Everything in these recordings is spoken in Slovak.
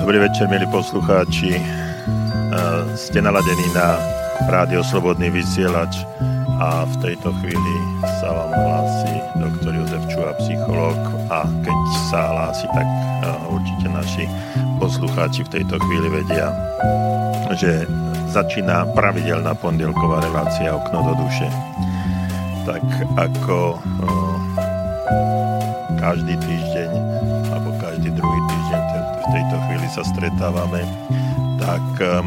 Dobrý večer, milí poslucháči. Ste naladení na Rádio Slobodný vysielač a v tejto chvíli sa vám hlási doktor Jozef Čuha, psychológ, a keď sa hlási, tak určite naši poslucháči v tejto chvíli vedia, že začína pravidelná pondelková relácia Okno do duše. Tak ako každý týždeň alebo každý druhý týždeň v tejto chvíli sa stretávame, tak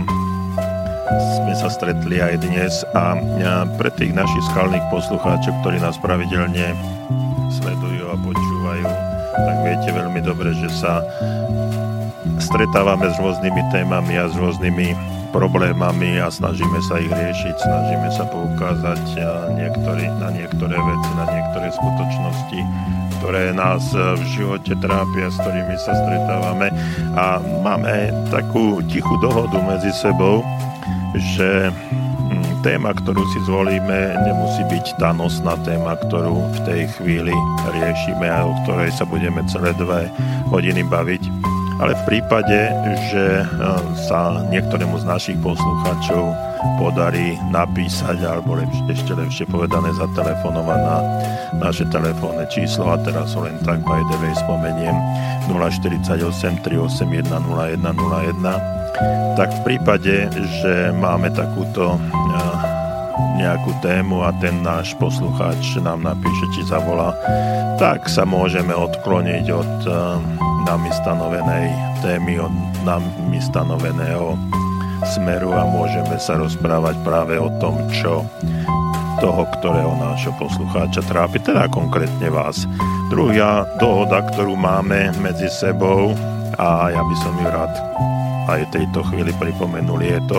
sme sa stretli aj dnes a pre tých našich skalných poslucháčov, ktorí nás pravidelne sledujú a počúvajú, tak viete veľmi dobre, že sa stretávame s rôznymi témami a s rôznymi problémami a snažíme sa ich riešiť, snažíme sa poukázať na niektoré veci, na niektoré skutočnosti, ktoré nás v živote trápia, s ktorými sa stretávame, a máme takú tichú dohodu medzi sebou, že téma, ktorú si zvolíme, nemusí byť tá nosná téma, ktorú v tej chvíli riešime a o ktorej sa budeme celé 2 hodiny baviť. Ale v prípade, že sa niektorému z našich poslucháčov podarí napísať, alebo ešte lepšie povedané zatelefonovať na naše telefónne číslo, a teraz ho len tak by the way spomeniem, 048 381 0101, tak v prípade, že máme takúto nejakú tému a ten náš poslucháč nám napíše či zavolá, tak sa môžeme odkloniť od nami stanovenej témy, od nami stanoveného smeru a môžeme sa rozprávať práve o tom, čo toho, ktorého nášho poslucháča trápi, teda konkrétne vás. Druhá dohoda, ktorú máme medzi sebou, a ja by som ju rád aj tejto chvíli pripomenul, je to,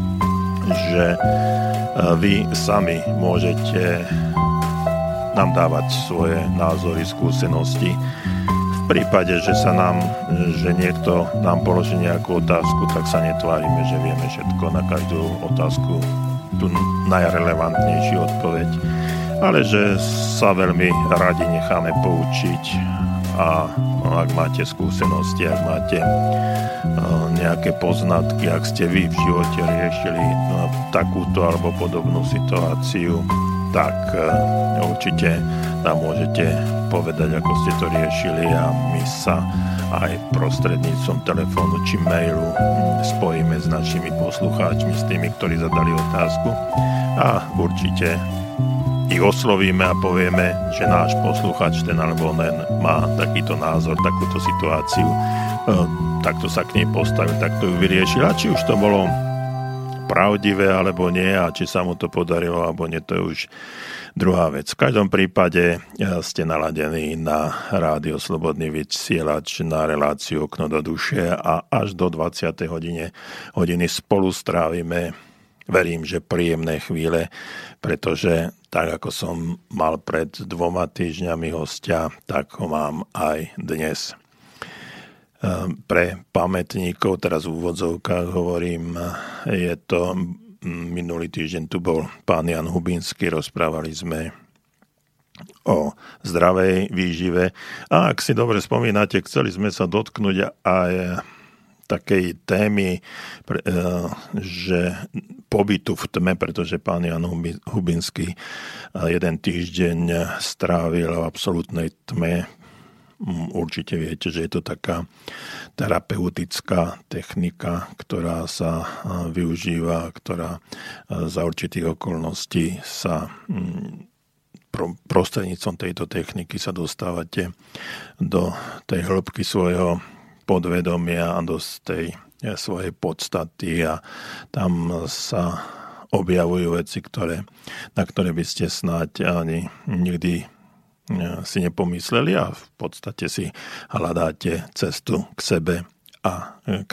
že vy sami môžete nám dávať svoje názory, skúsenosti. V prípade, že niekto nám položí nejakú otázku, tak sa netvárime, že vieme všetko, na každú otázku tú najrelevantnejšiu odpoveď, ale že sa veľmi radi necháme poučiť, a ak máte skúsenosti, ak máte nejaké poznatky, ak ste vy v živote riešili takúto alebo podobnú situáciu, tak určite nám môžete povedať, ako ste to riešili, a my sa aj prostredníctvom telefónu či mailu spojíme s našimi poslucháčmi, s tými, ktorí zadali otázku, a určite ich oslovíme a povieme, že náš poslucháč, ten alebo onen, má takýto názor, takúto situáciu, takto sa k nej postavil, takto ju vyriešil, a či už to bolo pravdivé alebo nie, a či sa mu to podarilo alebo nie, to je už druhá vec. V každom prípade ste naladení na Rádio Slobodný vysielač, na reláciu Okno do duše, a až do 20. hodiny spolu strávime, verím, že príjemné chvíle, pretože tak ako som mal pred 2 týždňami hostia, tak ho mám aj dnes. Pre pamätníkov, teraz v úvodzovkách hovorím, je to minulý týždeň tu bol pán Jan Hubinský, rozprávali sme o zdravej výžive, a ak si dobre spomínate, chceli sme sa dotknúť aj takej témy, že pobytu v tme, pretože pán Jan Hubinský 1 týždeň strávil v absolútnej tme. Určite viete, že je to taká terapeutická technika, ktorá sa využíva, ktorá za určitých okolností sa prostredníctvom tejto techniky sa dostávate do tej hĺbky svojho podvedomia a do tej svojej podstaty, a tam sa objavujú veci, na ktoré by ste snáď ani nikdy si nepomysleli, a v podstate si hľadáte cestu k sebe a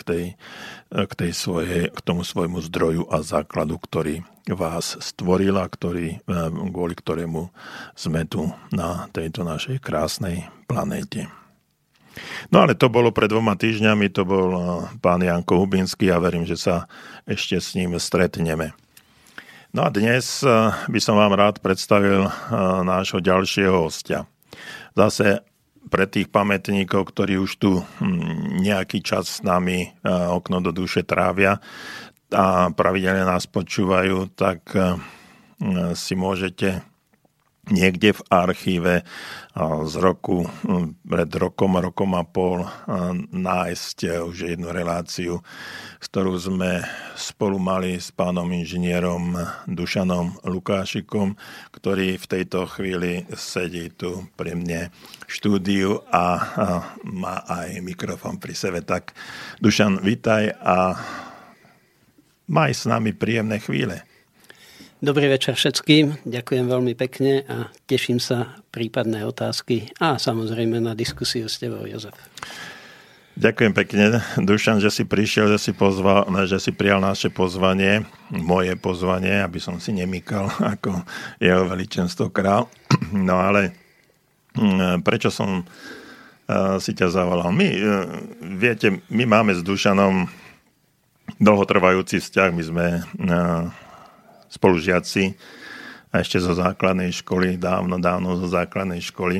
k tomu svojmu zdroju a základu, ktorý vás stvoril a kvôli ktorému sme tu na tejto našej krásnej planéte. No ale to bolo pred 2 týždňami, to bol pán Janko Hubinský, a verím, že sa ešte s ním stretneme. No a dnes by som vám rád predstavil nášho ďalšieho hostia. Zase pre tých pamätníkov, ktorí už tu nejaký čas s nami Okno do duše trávia a pravidelne nás počúvajú, tak si môžete niekde v archíve z roku, pred rokom a pol nájsť už jednu reláciu, ktorú sme spolu mali s pánom inžinierom Dušanom Lukášikom, ktorý v tejto chvíli sedí tu pri mne v štúdiu a má aj mikrofón pri sebe. Tak Dušan, vítaj a maj s nami príjemné chvíle. Dobrý večer všetkým, ďakujem veľmi pekne a teším sa prípadné otázky a samozrejme na diskusiu s tebou, Jozef. Ďakujem pekne, Dušan, že si prišiel, že si prijal naše pozvanie, moje pozvanie, aby som si nemýkal ako jeho veličenstvo král. No ale prečo som si ťa zavolal? Viete, my máme s Dušanom dlhotrvajúci vzťah, my sme spolužiaci a ešte zo základnej školy, dávno zo základnej školy.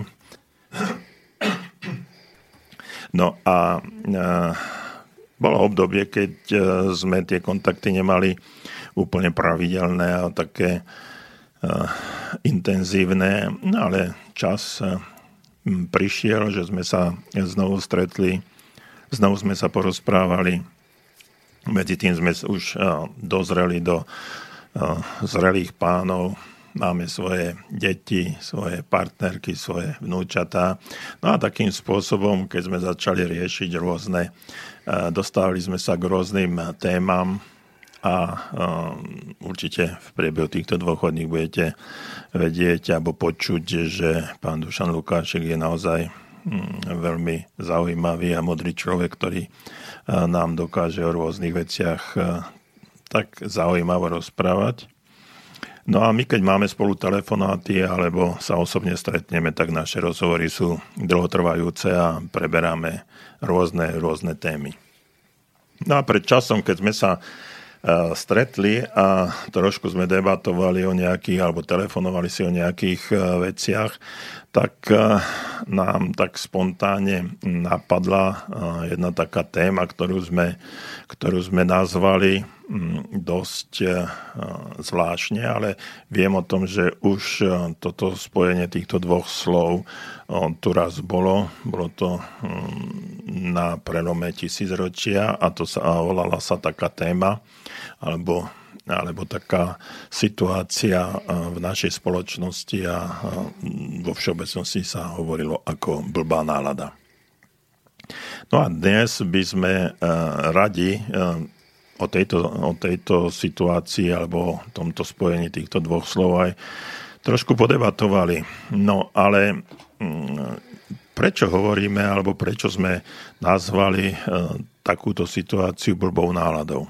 No a bolo obdobie, keď sme tie kontakty nemali úplne pravidelné a také intenzívne, no ale čas prišiel, že sme sa znovu stretli, znovu sme sa porozprávali. Medzi tým sme už dozreli do zrelých pánov, máme svoje deti, svoje partnerky, svoje vnúčatá. No a takým spôsobom, keď sme začali riešiť rôzne, dostávali sme sa k rôznym témam a určite v priebehu týchto 2 hodín budete vedieť alebo počuť, že pán Dušan Lukášek je naozaj veľmi zaujímavý a modrý človek, ktorý nám dokáže o rôznych veciach tak zaujímavo rozprávať. No a my, keď máme spolu telefonáty alebo sa osobne stretneme, tak naše rozhovory sú dlhotrvajúce a preberáme rôzne témy. No a pred časom, keď sme sa stretli a trošku sme debatovali o nejakých, alebo telefonovali si o nejakých veciach, tak nám tak spontánne napadla jedna taká téma, ktorú sme nazvali dosť zvláštne, ale viem o tom, že už toto spojenie týchto 2 slov tu raz bolo to na prelome 1000-ročia a volala sa taká téma alebo taká situácia v našej spoločnosti a vo všeobecnosti sa hovorilo ako blbá nálada. No a dnes by sme radi o tejto situácii alebo o tomto spojení týchto 2 slov aj trošku podebatovali. No ale prečo hovoríme alebo prečo sme nazvali takúto situáciu blbou náladou?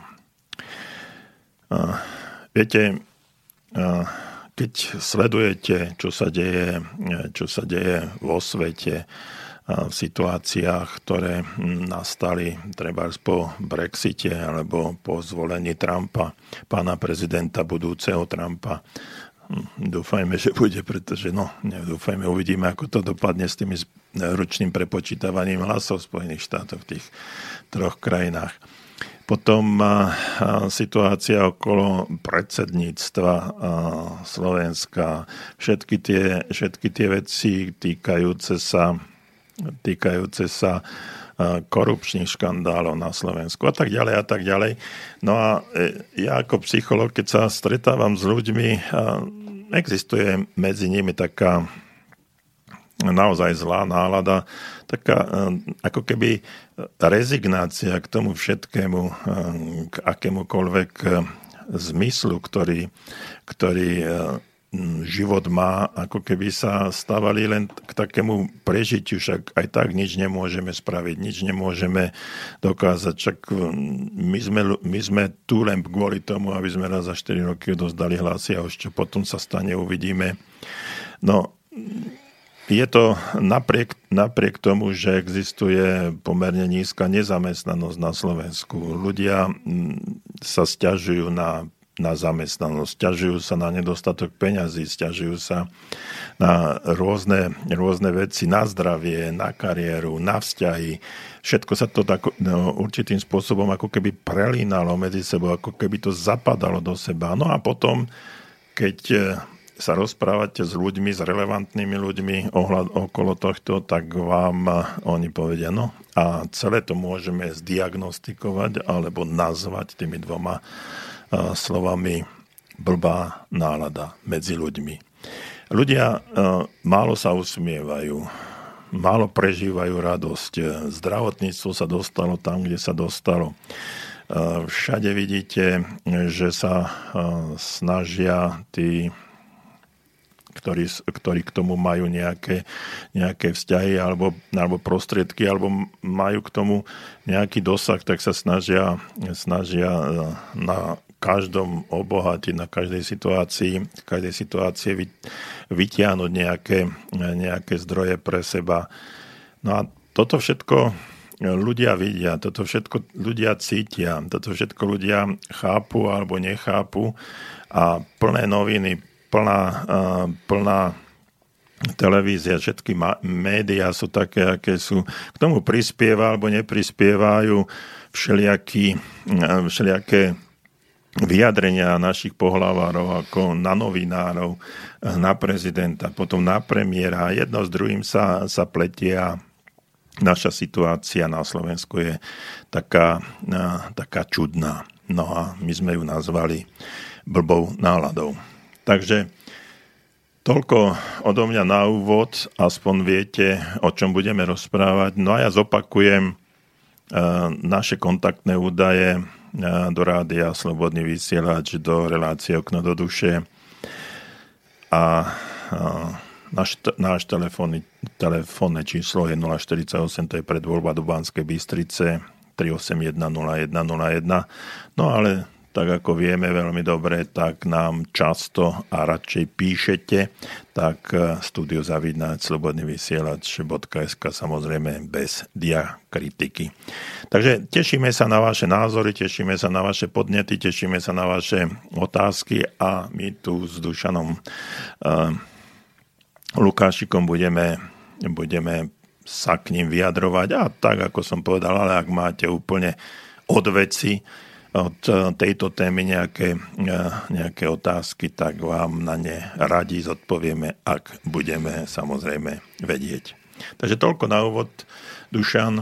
Viete, keď sledujete, čo sa deje vo svete, v situáciách, ktoré nastali trebárs po Brexite alebo po zvolení Trumpa, pána prezidenta budúceho Trumpa. Dúfajme, že bude, pretože dúfajme, uvidíme, ako to dopadne s tým ručným prepočítavaním hlasov Spojených štátov v tých 3 krajinách. Potom situácia okolo predsedníctva Slovenska, všetky tie veci týkajúce sa korupčných škandálov na Slovensku a tak ďalej. No a ja ako psychológ, keď sa stretávam s ľuďmi, existuje medzi nimi taká naozaj zlá nálada, taká ako keby rezignácia k tomu všetkému, k akémukoľvek zmyslu, ktorý život má, ako keby sa stávali len k takému prežitiu, však aj tak nič nemôžeme spraviť, nič nemôžeme dokázať, však my sme tu len kvôli tomu, aby sme raz za 4 roky odozdali hlasy a už čo potom sa stane, uvidíme. No, je to napriek tomu, že existuje pomerne nízka nezamestnanosť na Slovensku. Ľudia sa sťažujú na na zamestnanosť, sťažujú sa na nedostatok peňazí, sťažujú sa na rôzne veci, na zdravie, na kariéru, na vzťahy. Všetko sa to určitým spôsobom ako keby prelínalo medzi sebou, ako keby to zapadalo do seba. No a potom, keď sa rozprávate s ľuďmi, s relevantnými ľuďmi okolo tohto, tak vám oni povedia, no a celé to môžeme zdiagnostikovať alebo nazvať tými dvoma slovami blbá nálada medzi ľuďmi. Ľudia málo sa usmievajú, málo prežívajú radosť. Zdravotníctvo sa dostalo tam, kde sa dostalo. Všade vidíte, že sa snažia tí, ktorí k tomu majú nejaké vzťahy alebo prostriedky, alebo majú k tomu nejaký dosah, tak sa snažia na každom obohatiť, na každej situácii vytiahnuť nejaké zdroje pre seba. No a toto všetko ľudia vidia, toto všetko ľudia cítia, toto všetko ľudia chápu alebo nechápu a plné noviny, plná televízia, všetky médiá sú také, aké sú. K tomu prispieva alebo neprispievajú všelijaké vyjadrenia našich pohlavárov ako na novinárov, na prezidenta, potom na premiéra. Jedno s druhým sa pletia. Naša situácia na Slovensku je taká čudná. No a my sme ju nazvali blbou náladou. Takže toľko odo mňa na úvod, aspoň viete, o čom budeme rozprávať. No a ja zopakujem naše kontaktné údaje do rádia Slobodný vysielač, do relácie Okno do duše a náš telefónne číslo je 048, to je predvoľba do Banskej Bystrice 381 0101. No ale tak ako vieme veľmi dobre, tak nám často a radšej píšete, tak studio@slobodnyvysielac.sk, samozrejme bez diakritiky. Takže tešíme sa na vaše názory, tešíme sa na vaše podnety, tešíme sa na vaše otázky a my tu s Dušanom Lukášikom budeme sa k ním vyjadrovať a tak, ako som povedal, ale ak máte úplne od veci, od tejto témy nejaké otázky, tak vám na ne radi zodpovieme, ak budeme samozrejme vedieť. Takže toľko na úvod. Dušan,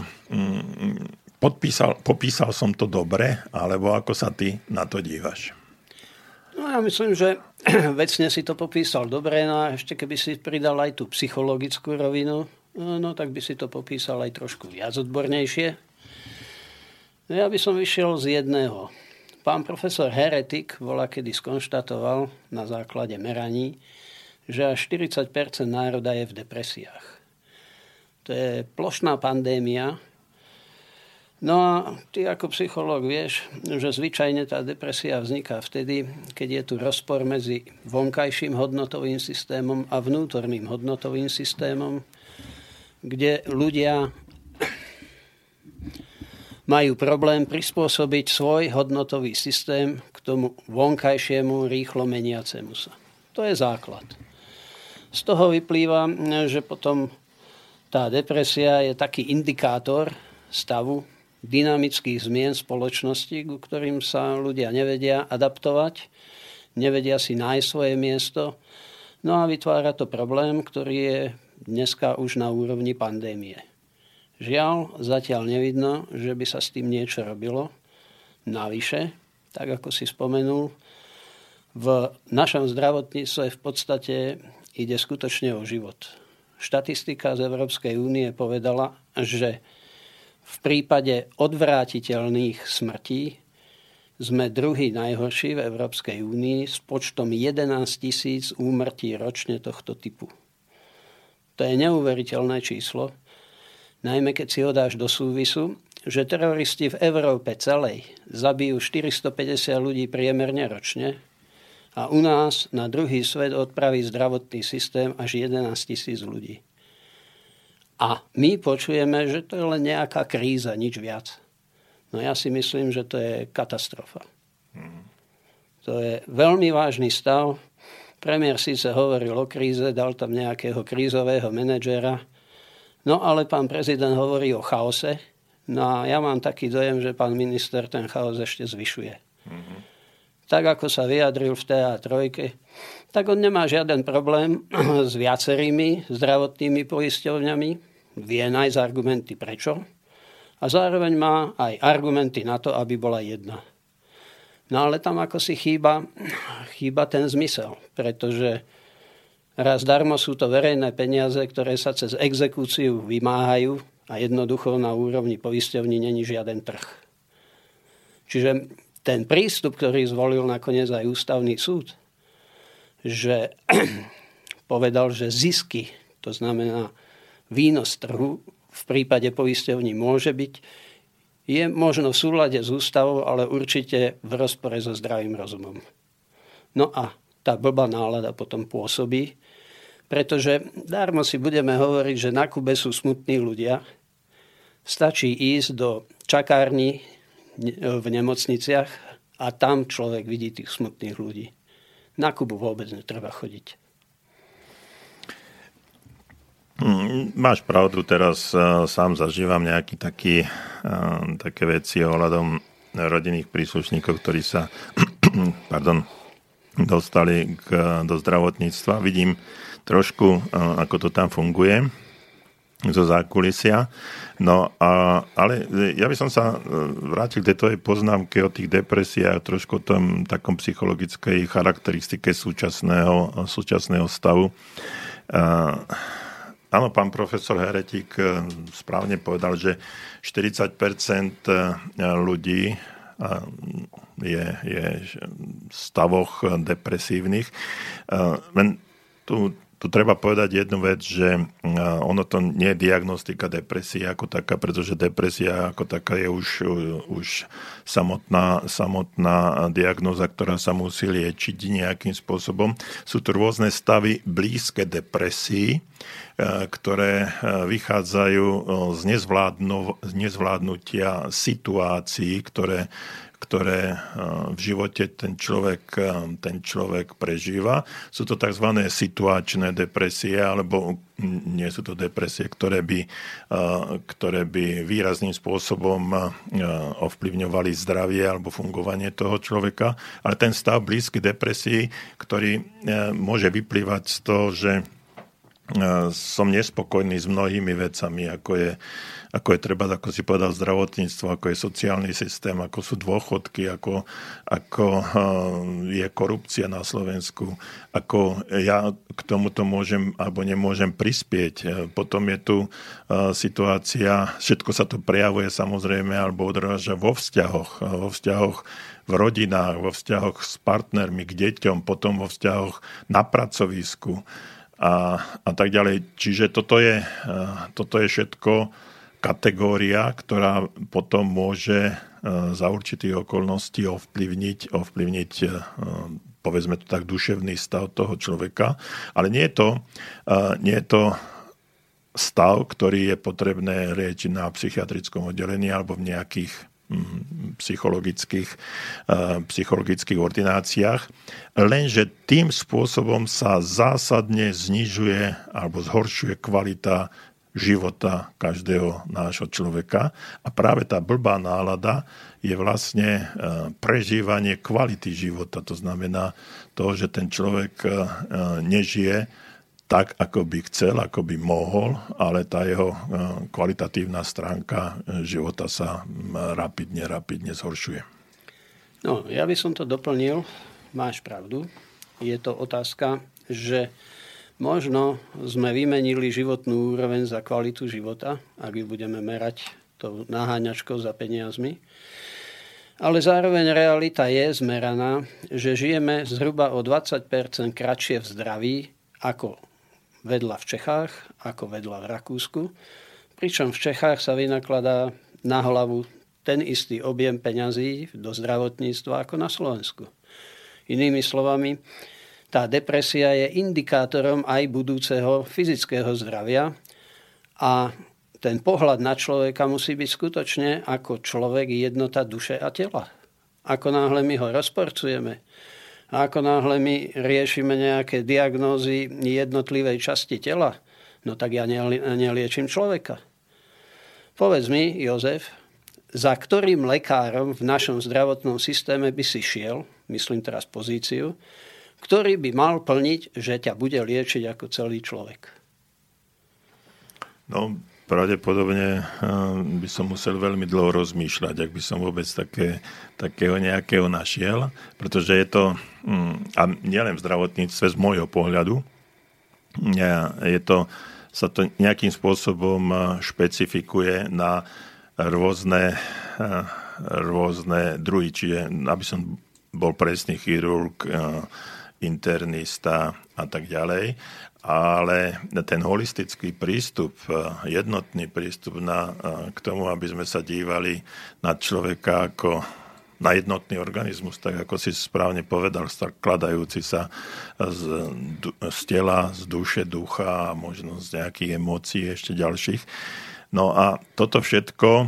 popísal som to dobre, alebo ako sa ty na to dívaš? No ja myslím, že vecne si to popísal dobre, no a ešte keby si pridal aj tú psychologickú rovinu, no tak by si to popísal aj trošku viac odbornejšie. Ja by som vyšiel z jedného. Pán profesor Heretik voľakedy skonštatoval na základe meraní, že až 40% národa je v depresiách. To je plošná pandémia. No a ty ako psychológ vieš, že zvyčajne tá depresia vzniká vtedy, keď je tu rozpor medzi vonkajším hodnotovým systémom a vnútorným hodnotovým systémom, kde ľudia majú problém prispôsobiť svoj hodnotový systém k tomu vonkajšiemu rýchlo meniacemu sa. To je základ. Z toho vyplýva, že potom tá depresia je taký indikátor stavu dynamických zmien spoločnosti, ku ktorým sa ľudia nevedia adaptovať, nevedia si nájsť svoje miesto, no a vytvára to problém, ktorý je dneska už na úrovni pandémie. Žiaľ, zatiaľ nevidno, že by sa s tým niečo robilo. Navyše, tak ako si spomenul, v našom zdravotníctve v podstate ide skutočne o život. Štatistika z Európskej únie povedala, že v prípade odvrátiteľných smrtí sme druhý najhorší v Európskej únii s počtom 11 000 úmrtí ročne tohto typu. To je neuveriteľné číslo, najmä keď si ho dáš do súvisu, že teroristi v Európe celej zabijú 450 ľudí priemerne ročne a u nás na druhý svet odpraví zdravotný systém až 11 000 ľudí. A my počujeme, že to je len nejaká kríza, nič viac. No ja si myslím, že to je katastrofa. To je veľmi vážny stav. Premiér síce hovoril o kríze, dal tam nejakého krízového manažéra, no ale pán prezident hovorí o chaose. No a ja mám taký dojem, že pán minister ten chaos ešte zvyšuje. Mm-hmm. Tak ako sa vyjadril v TA3, tak on nemá žiaden problém s viacerými zdravotnými poisťovňami. Vie nájsť argumenty prečo. A zároveň má aj argumenty na to, aby bola jedna. No ale tam ako si chýba ten zmysel, pretože raz darmo sú to verejné peniaze, ktoré sa cez exekúciu vymáhajú a jednoducho na úrovni poisťovní není žiaden trh. Čiže ten prístup, ktorý zvolil nakoniec aj ústavný súd, že povedal, že zisky, to znamená výnos trhu, v prípade poisťovní môže byť, je možno v súlade s ústavou, ale určite v rozpore so zdravým rozumom. No a tá blbá nálada potom pôsobí, pretože dármo si budeme hovoriť, že na Kube sú smutní ľudia. Stačí ísť do čakární v nemocniciach a tam človek vidí tých smutných ľudí. Na Kubu vôbec netreba chodiť. Máš pravdu, teraz sám zažívam nejaké také veci ohľadom rodinných príslušníkov, ktorí sa dostali do zdravotníctva. Vidím trošku, ako to tam funguje zo zákulisia. No, ale ja by som sa vrátil k tej poznámke o tých depresiách, trošku o tom takom psychologickej charakteristike súčasného stavu. Áno, pán profesor Heretík správne povedal, že 40% ľudí je v stavoch depresívnych. Len tu treba povedať jednu vec, že ono to nie je diagnostika depresie ako taká, pretože depresia ako taká je už samotná diagnóza, ktorá sa musí liečiť nejakým spôsobom. Sú to rôzne stavy blízke depresii, ktoré vychádzajú z nezvládnutia situácií, ktoré v živote ten človek prežíva. Sú to tzv. Situačné depresie, alebo nie sú to depresie, ktoré by výrazným spôsobom ovplyvňovali zdravie alebo fungovanie toho človeka. Ale ten stav blízky depresii, ktorý môže vyplývať z toho, že som nespokojný s mnohými vecami, ako je treba, ako si povedal, zdravotníctvo, ako je sociálny systém, ako sú dôchodky, ako je korupcia na Slovensku, ako ja k tomuto môžem alebo nemôžem prispieť. Potom je tu situácia, všetko sa to prejavuje samozrejme alebo odráža vo vzťahoch v rodinách, vo vzťahoch s partnermi, k deťom, potom vo vzťahoch na pracovisku a tak ďalej. Čiže toto je všetko kategória, ktorá potom môže za určitých okolností ovplyvniť povedzme to tak, duševný stav toho človeka. Ale nie je to stav, ktorý je potrebné riešiť na psychiatrickom oddelení alebo v nejakých psychologických ordináciách, lenže tým spôsobom sa zásadne znižuje alebo zhoršuje kvalita života každého nášho človeka a práve tá blbá nálada je vlastne prežívanie kvality života. To znamená to, že ten človek nežije tak, ako by chcel, ako by mohol, ale tá jeho kvalitatívna stránka života sa rapidne zhoršuje. No, ja by som to doplnil. Máš pravdu. Je to otázka, že možno sme vymenili životnú úroveň za kvalitu života, ak ju budeme merať tou naháňačkou za peniazmi. Ale zároveň realita je zmeraná, že žijeme zhruba o 20% kratšie v zdraví ako vedľa v Čechách, ako vedľa v Rakúsku. Pričom v Čechách sa vynakladá na hlavu ten istý objem peňazí do zdravotníctva ako na Slovensku. Inými slovami, tá depresia je indikátorom aj budúceho fyzického zdravia a ten pohľad na človeka musí byť skutočne ako človek jednota duše a tela. Ako náhle my ho rozporcujeme a ako náhle my riešime nejaké diagnózy jednotlivej časti tela, no tak ja neliečím človeka. Povedz mi, Jozef, za ktorým lekárom v našom zdravotnom systéme by si šiel, myslím teraz pozíciu, ktorý by mal plniť, že ťa bude liečiť ako celý človek? No, pravdepodobne by som musel veľmi dlho rozmýšľať, ak by som vôbec takého nejakého našiel, pretože je to, a nielen v zdravotníctve, z môjho pohľadu, sa to nejakým spôsobom špecifikuje na rôzne druhy, čiže aby som bol presný chirurg, internista a tak ďalej, ale ten holistický prístup, jednotný prístup k tomu, aby sme sa dívali na človeka ako na jednotný organizmus, tak ako si správne povedal, skladajúci sa z tela, z duše, ducha a možno z nejakých emócií ešte ďalších. No a toto všetko,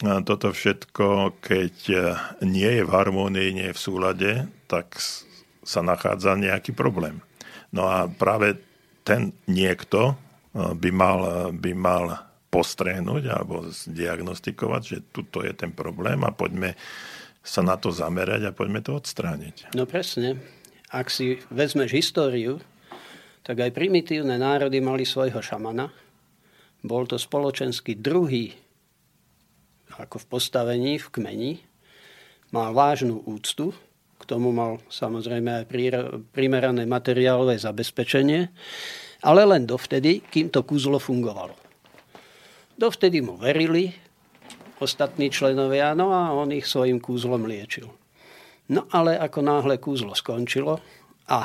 keď nie je v harmónii, nie je v súlade, tak sa nachádza nejaký problém. No a práve ten niekto by mal postrehnúť alebo diagnostikovať, že tuto je ten problém a poďme sa na to zamerať a poďme to odstrániť. No presne. Ak si vezmeš históriu, tak aj primitívne národy mali svojho šamana. Bol to spoločenský druhý, ako v postavení, v kmeni. Mal vážnu úctu, k tomu mal samozrejme aj primerané materiálové zabezpečenie, ale len dovtedy, kým to kúzlo fungovalo. Dovtedy mu verili ostatní členovia, no a on ich svojim kúzlom liečil. No ale ako náhle kúzlo skončilo a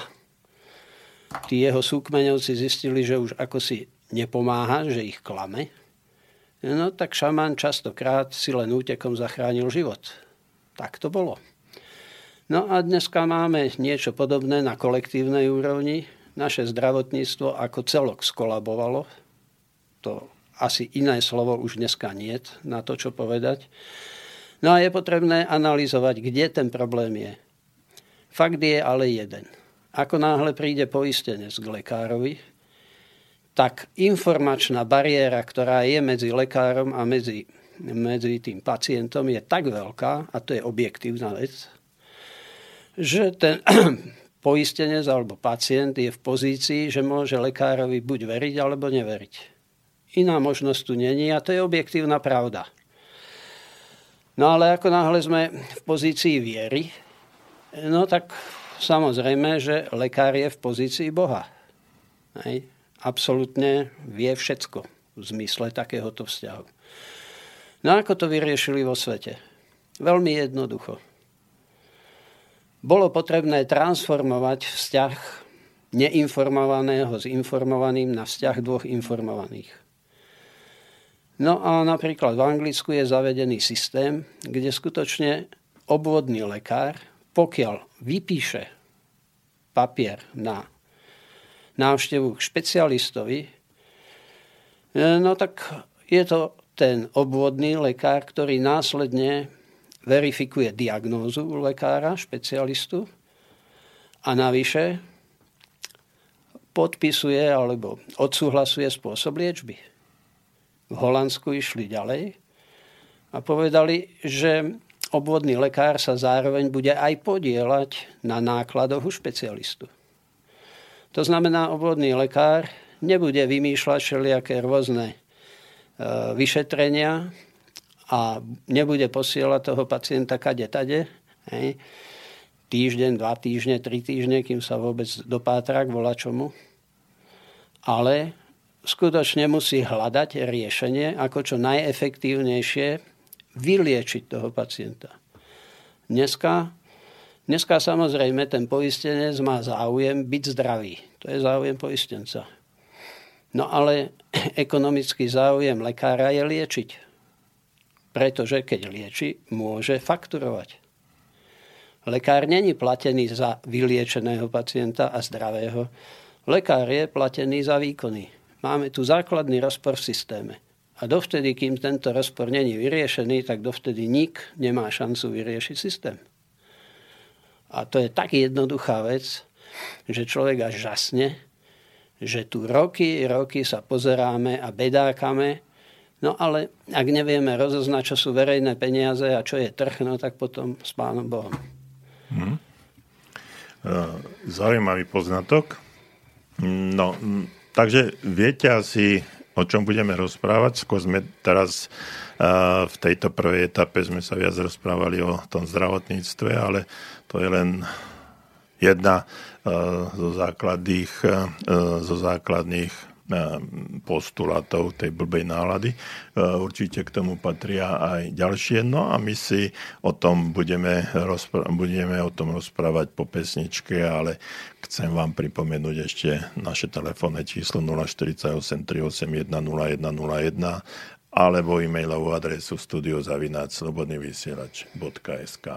tí jeho súkmeňovci zistili, že už ako si nepomáha, že ich klame, no tak šaman častokrát si len útekom zachránil život. Tak to bolo. No a dneska máme niečo podobné na kolektívnej úrovni. Naše zdravotníctvo ako celok skolabovalo. To asi iné slovo už dneska niet na to, čo povedať. No a je potrebné analyzovať, kde ten problém je. Fakt je ale jeden. Ako náhle príde poistenec k lekárovi, tak informačná bariéra, ktorá je medzi lekárom a medzi tým pacientom, je tak veľká, a to je objektívna vec, že ten poistenec alebo pacient je v pozícii, že môže lekárovi buď veriť, alebo neveriť. Iná možnosť tu není a to je objektívna pravda. No ale ako náhle sme v pozícii viery, no tak samozrejme, že lekár je v pozícii Boha. Hej. Absolútne vie všetko v zmysle takéhoto vzťahu. No ako to vyriešili vo svete? Veľmi jednoducho. Bolo potrebné transformovať vzťah neinformovaného s informovaným na vzťah dvoch informovaných. No a napríklad v Anglicku je zavedený systém, kde skutočne obvodný lekár, pokiaľ vypíše papier na návštevu k špecialistovi, no tak je to ten obvodný lekár, ktorý následne verifikuje diagnózu u lekára, špecialistu a navyše podpisuje alebo odsúhlasuje spôsob liečby. V Holandsku išli ďalej a povedali, že obvodný lekár sa zároveň bude aj podieľať na nákladoch u špecialistu. To znamená, obvodný lekár nebude vymýšľať všelijaké rôzne vyšetrenia a nebude posielať toho pacienta kade-tade. Týždeň, 2 týždne, 3 týždne, kým sa vôbec dopátra k volačomu. Ale skutočne musí hľadať riešenie, ako čo najefektívnejšie vyliečiť toho pacienta. Dneska samozrejme ten poistenec má záujem byť zdravý. To je záujem poistenca. No ale ekonomický záujem lekára je liečiť. Pretože keď lieči, môže fakturovať. Lekár není platený za vyliečeného pacienta a zdravého. Lekár je platený za výkony. Máme tu základný rozpor v systéme. A dovtedy, kým tento rozpor není vyriešený, tak dovtedy nik nemá šancu vyriešiť systém. A to je tak jednoduchá vec, že človek až žasne, že tu roky sa pozeráme a bedákame, no ale ak nevieme rozoznať, čo sú verejné peniaze a čo je trh, no tak potom s Pánom Bohom. Zaujímavý poznatok. No, takže viete asi, o čom budeme rozprávať. Skôr sme teraz v tejto prvej etape sme sa viac rozprávali o tom zdravotníctve, ale to je len jedna zo základných postulátov tej blbej nálady. Určite k tomu patria aj ďalšie. No a my si o tom budeme o tom rozprávať po pesničke, ale chcem vám pripomenúť ešte naše telefónne číslo 048 381 0101 alebo e-mailovú adresu studio@slobodnyvysielac.sk.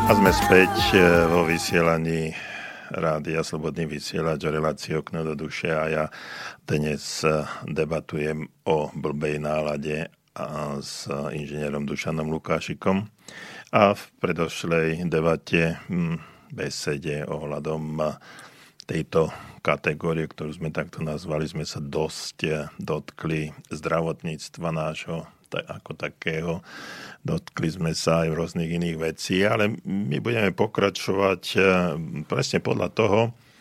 A sme späť vo vysielaní Rádia Slobodný vysielač o relácii Okno do duše a ja dnes debatujem o blbej nálade s inžinierom Dušanom Lukášikom a v predošlej debate besede ohľadom tejto kategórie, ktorú sme takto nazvali, sme sa dosť dotkli zdravotníctva nášho ako takého. Dotkli sme sa aj v rôznych iných vecí, ale my budeme pokračovať presne podľa toho,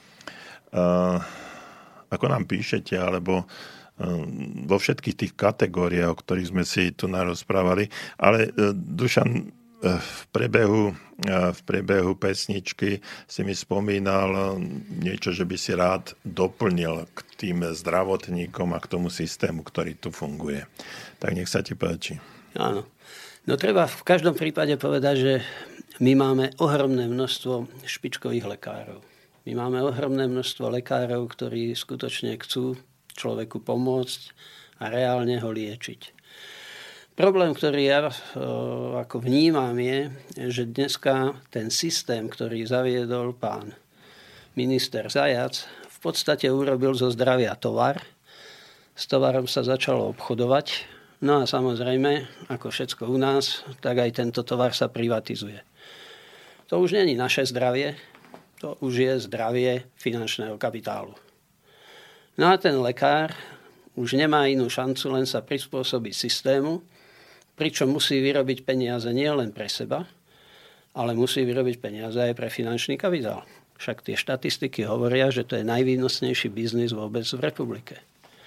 ako nám píšete, alebo vo všetkých tých kategóriách, o ktorých sme si tu narozprávali. Ale Dušan, v priebehu pesničky si mi spomínal niečo, že by si rád doplnil k tým zdravotníkom a k tomu systému, ktorý tu funguje. Tak nech sa ti páči. Áno. No treba v každom prípade povedať, že my máme ohromné množstvo špičkových lekárov. My máme ohromné množstvo lekárov, ktorí skutočne chcú človeku pomôcť a reálne ho liečiť. Problém, ktorý ja ako vnímam, je, že dneska ten systém, ktorý zaviedol pán minister Zajac, v podstate urobil zo zdravia tovar. S tovarom sa začalo obchodovať. No a samozrejme, ako všetko u nás, tak aj tento tovar sa privatizuje. To už nie je naše zdravie, to už je zdravie finančného kapitálu. No a ten lekár už nemá inú šancu len sa prispôsobiť systému, pričom musí vyrobiť peniaze nie len pre seba, ale musí vyrobiť peniaze aj pre finančný kapitál. Však tie štatistiky hovoria, že to je najvýnosnejší biznis vôbec v republike.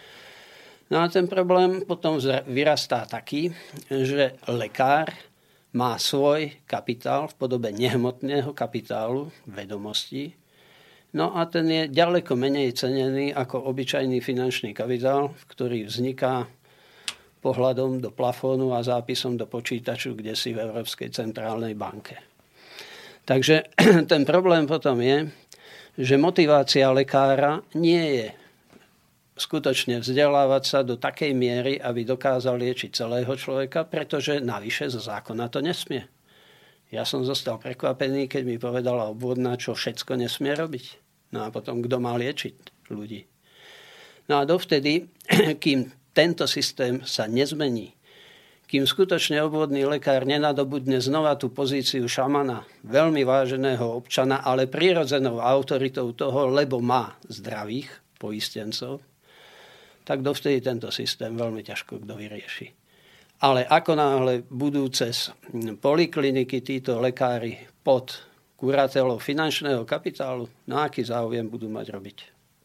No a ten problém potom vyrastá taký, že lekár má svoj kapitál v podobe nehmotného kapitálu, vedomostí, no a ten je ďaleko menej cenený ako obyčajný finančný kapitál, ktorý vzniká pohľadom do plafónu a zápisom do počítaču, kde si v Európskej centrálnej banke. Takže ten problém potom je, že motivácia lekára nie je skutočne vzdelávať sa do takej miery, aby dokázal liečiť celého človeka, pretože navyše zo zákona to nesmie. Ja som zostal prekvapený, keď mi povedala obvodná, čo všetko nesmie robiť. No a potom, kto má liečiť ľudí. No a dovtedy, kým tento systém sa nezmení, kým skutočne obvodný lekár nenadobudne znova tú pozíciu šamana, veľmi váženého občana, ale prirodzenou autoritou toho, lebo má zdravých poistencov, tak dovtedy tento systém veľmi ťažko kto vyrieši. Ale ako náhle budú cez polikliniky títo lekári pod kuratelou finančného kapitálu, na aký záujem budú mať robiť?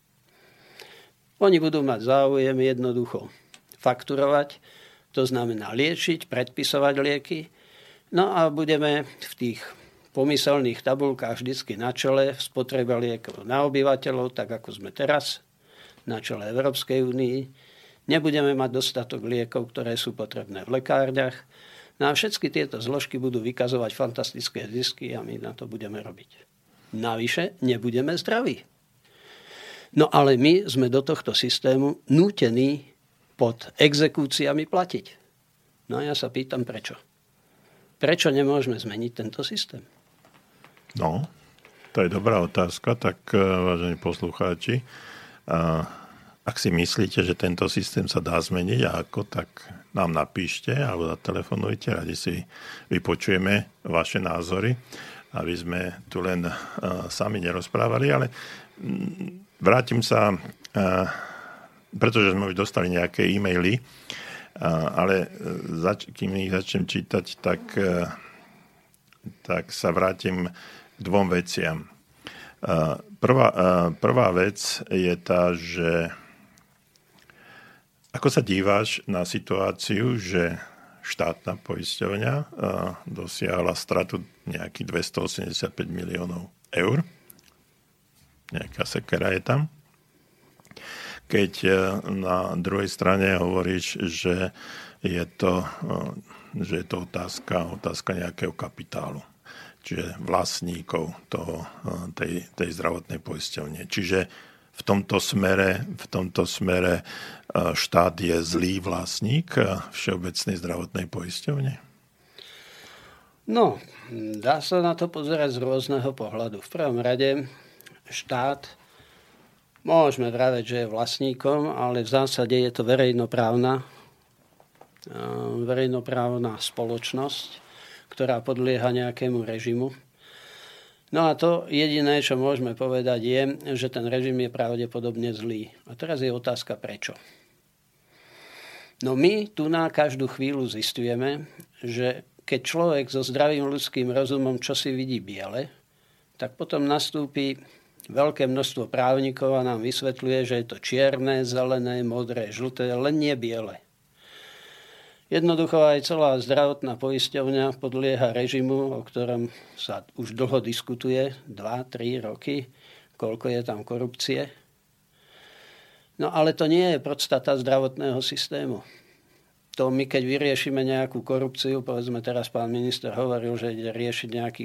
Oni budú mať záujem jednoducho fakturovať, to znamená liečiť, predpisovať lieky, no a budeme v tých pomyselných tabulkách vždycky na čele v spotrebe liekov na obyvateľov, tak ako sme teraz, na čele Európskej únii. Nebudeme mať dostatok liekov, ktoré sú potrebné v lekárniach. No a všetky tieto zložky budú vykazovať fantastické zisky a my na to budeme robiť. Navyše nebudeme zdraví. No ale my sme do tohto systému nútení pod exekúciami platiť. No a ja sa pýtam, prečo? Prečo nemôžeme zmeniť tento systém? No, to je dobrá otázka, tak vážení poslucháči, ak si myslíte, že tento systém sa dá zmeniť a ako, tak nám napíšte alebo zatelefonujte, radi si vypočujeme vaše názory, aby sme tu len sami nerozprávali, ale vrátim sa, pretože sme už dostali nejaké e-maily, ale kým ich začnem čítať, tak sa vrátim k dvom veciam. Prvá vec je tá, že ako sa díváš na situáciu, že štátna poisťovňa dosiahla stratu nejakých 285 miliónov eur. Nejaká sekera je tam. Keď na druhej strane hovoríš, že je to otázka nejakého kapitálu, čiže vlastníkov tej zdravotnej poisťovne. Čiže v tomto smere štát je zlý vlastník Všeobecnej zdravotnej poisťovne? No, dá sa na to pozerať z rôzneho pohľadu. V prvom rade štát, môžeme vraveť, že je vlastníkom, ale v zásade je to verejnoprávna spoločnosť, ktorá podlieha nejakému režimu. No a to jediné, čo môžeme povedať, je, že ten režim je pravdepodobne zlý. A teraz je otázka, prečo. No my tu na každú chvíľu zistujeme, že keď človek so zdravým ľudským rozumom čosi vidí biele, tak potom nastúpi veľké množstvo právnikov a nám vysvetľuje, že je to čierne, zelené, modré, žlté, len nie biele. Jednoducho aj celá zdravotná poisťovňa podlieha režimu, o ktorom sa už dlho diskutuje, 2-3 roky, koľko je tam korupcie. No ale to nie je podstata zdravotného systému. To my, keď vyriešime nejakú korupciu, povedzme teraz pán minister hovoril, že ide riešiť nejakých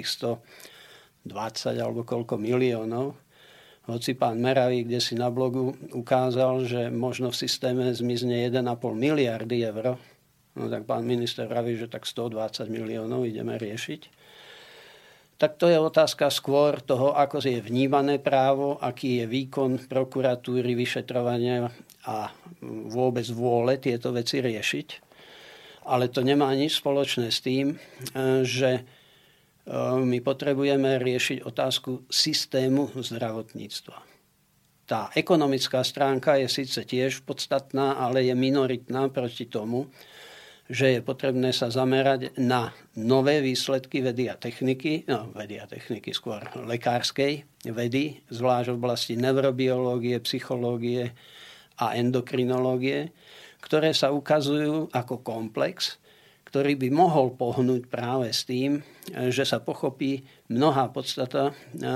120 alebo koľko miliónov, hoci pán Meravý, kde si na blogu ukázal, že možno v systéme zmizne 1,5 miliardy eur, no tak pán minister vraví, že tak 120 miliónov ideme riešiť. Tak to je otázka skôr toho, ako je vnímané právo, aký je výkon prokuratúry, vyšetrovania a vôbec vôle tieto veci riešiť. Ale to nemá nič spoločné s tým, že my potrebujeme riešiť otázku systému zdravotníctva. Tá ekonomická stránka je síce tiež podstatná, ale je minoritná proti tomu, že je potrebné sa zamerať na nové výsledky vedy a techniky, skôr lekárskej vedy, zvlášť v oblasti neurobiológie, psychológie a endokrinológie, ktoré sa ukazujú ako komplex, ktorý by mohol pohnúť práve s tým, že sa pochopí mnohá podstata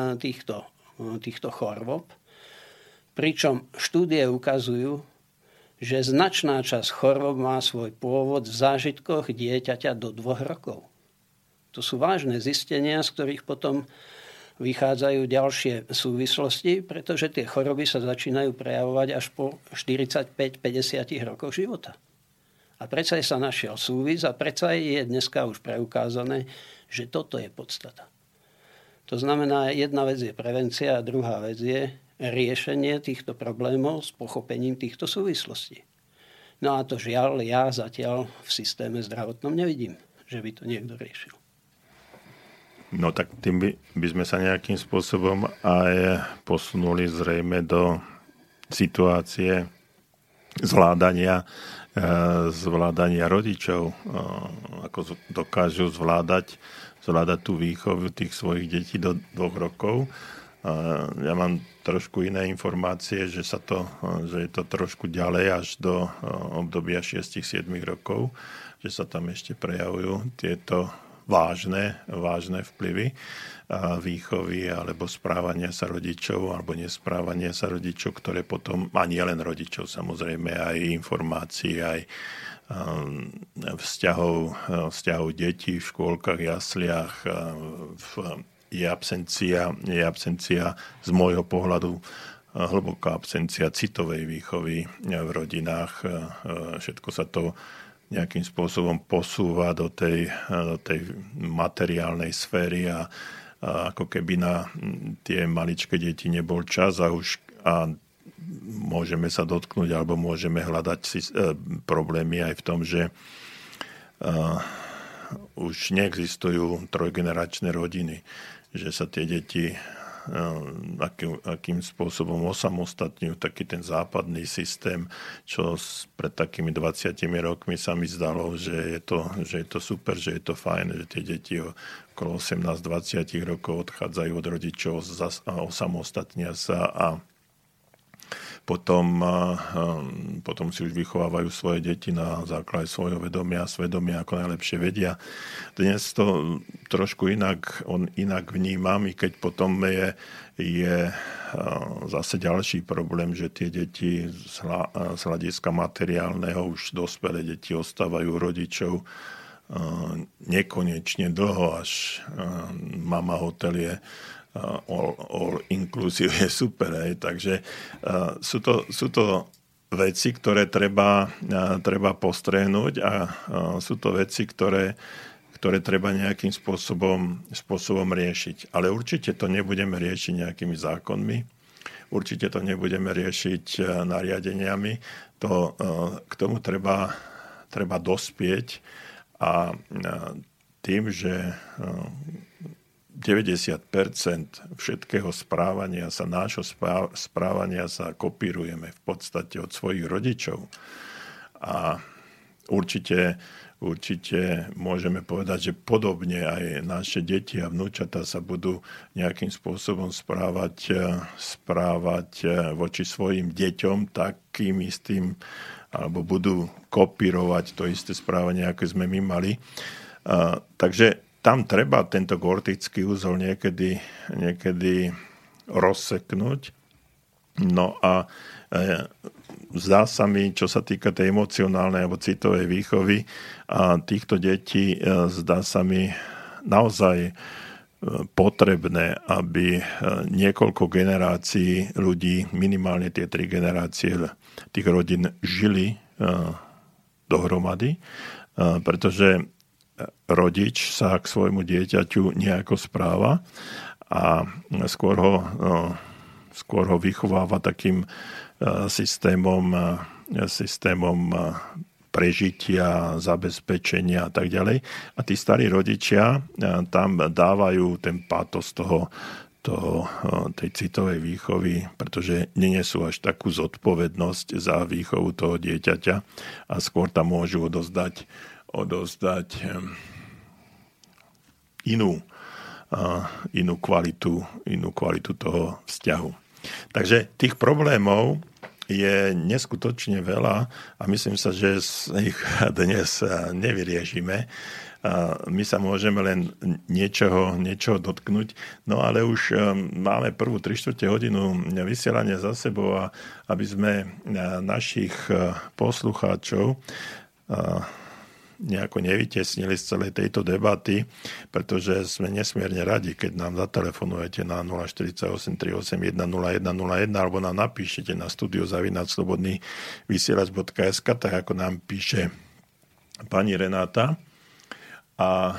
týchto chorôb, pričom štúdie ukazujú, že značná časť chorôb má svoj pôvod v zážitkoch dieťaťa do 2 rokov. To sú vážne zistenia, z ktorých potom vychádzajú ďalšie súvislosti, pretože tie choroby sa začínajú prejavovať až po 45-50 rokoch života. A predsa sa našiel súvis a predsa je dneska už preukázané, že toto je podstata. To znamená, jedna vec je prevencia a druhá vec je riešenie týchto problémov s pochopením týchto súvislostí. No a to žiaľ, ja zatiaľ v systéme zdravotnom nevidím, že by to niekto riešil. No tak tým by sme sa nejakým spôsobom aj posunuli zrejme do situácie zvládania rodičov, ako dokážu zvládať tú výchovu tých svojich detí do 2 rokov. Ja mám trošku iné informácie, že je to trošku ďalej až do obdobia 6-7 rokov, že sa tam ešte prejavujú tieto vážne vplyvy výchovy alebo správania sa rodičov alebo nesprávania sa rodičov, ktoré potom, a nie len rodičov, samozrejme aj informácií, aj vzťahov detí v škôlkach, jasliach, je absencia z môjho pohľadu hlboká absencia citovej výchovy v rodinách. Všetko sa to nejakým spôsobom posúva do tej materiálnej sféry a ako keby na tie maličké deti nebol čas a môžeme sa dotknúť alebo môžeme hľadať problémy aj v tom, že už neexistujú trojgeneračné rodiny, že sa tie deti akým spôsobom osamostatňujú taký ten západný systém, čo pred takými 20 rokmi sa mi zdalo, že je to super, že je to fajn, že tie deti okolo 18-20 rokov odchádzajú od rodičov a osamostatnia sa a potom si už vychovávajú svoje deti na základe svojho vedomia a svedomia, ako najlepšie vedia. Dnes to trošku inak vnímam, i keď potom je zase ďalší problém, že tie deti z hľadiska materiálneho, už dospelé deti ostávajú rodičov nekonečne dlho, až mama hotelier all inclusive je super, takže sú to veci, ktoré treba postrehnúť a sú to veci, ktoré ktoré treba nejakým spôsobom riešiť. Ale určite to nebudeme riešiť nejakými zákonmi, určite to nebudeme riešiť nariadeniami. K tomu treba dospieť a tým, že 90% všetkého nášho správania sa kopírujeme v podstate od svojich rodičov. A určite môžeme povedať, že podobne aj naše deti a vnúčatá sa budú nejakým spôsobom správať voči svojim deťom takým istým, alebo budú kopírovať to isté správanie, ako sme my mali. Takže tam treba tento gordický úzol niekedy rozseknúť. No a zdá sa mi, čo sa týka tej emocionálnej alebo citovej výchovy a týchto detí, zdá sa mi naozaj potrebné, aby niekoľko generácií ľudí, minimálne tie 3 generácie tých rodín žili dohromady, pretože rodič sa k svojmu dieťaťu nejako správa a skôr ho vychováva takým systémom prežitia, zabezpečenia a tak ďalej. A tí starí rodičia tam dávajú ten pátos tej citovej výchovy, pretože nenesú až takú zodpovednosť za výchovu toho dieťaťa a skôr tam môžu odozdať inú kvalitu toho vzťahu. Takže tých problémov je neskutočne veľa a myslím sa, že ich dnes nevyriešime. My sa môžeme len niečoho dotknúť, no ale už máme prvú 3/4 hodinu vysielania za sebou a aby sme našich poslucháčov nejako nevytiesnili z celej tejto debaty, pretože sme nesmierne radi, keď nám zatelefonujete na 048 381 0101 alebo nám napíšete na studio@slobodnyvysielac.sk, tak ako nám píše pani Renáta. A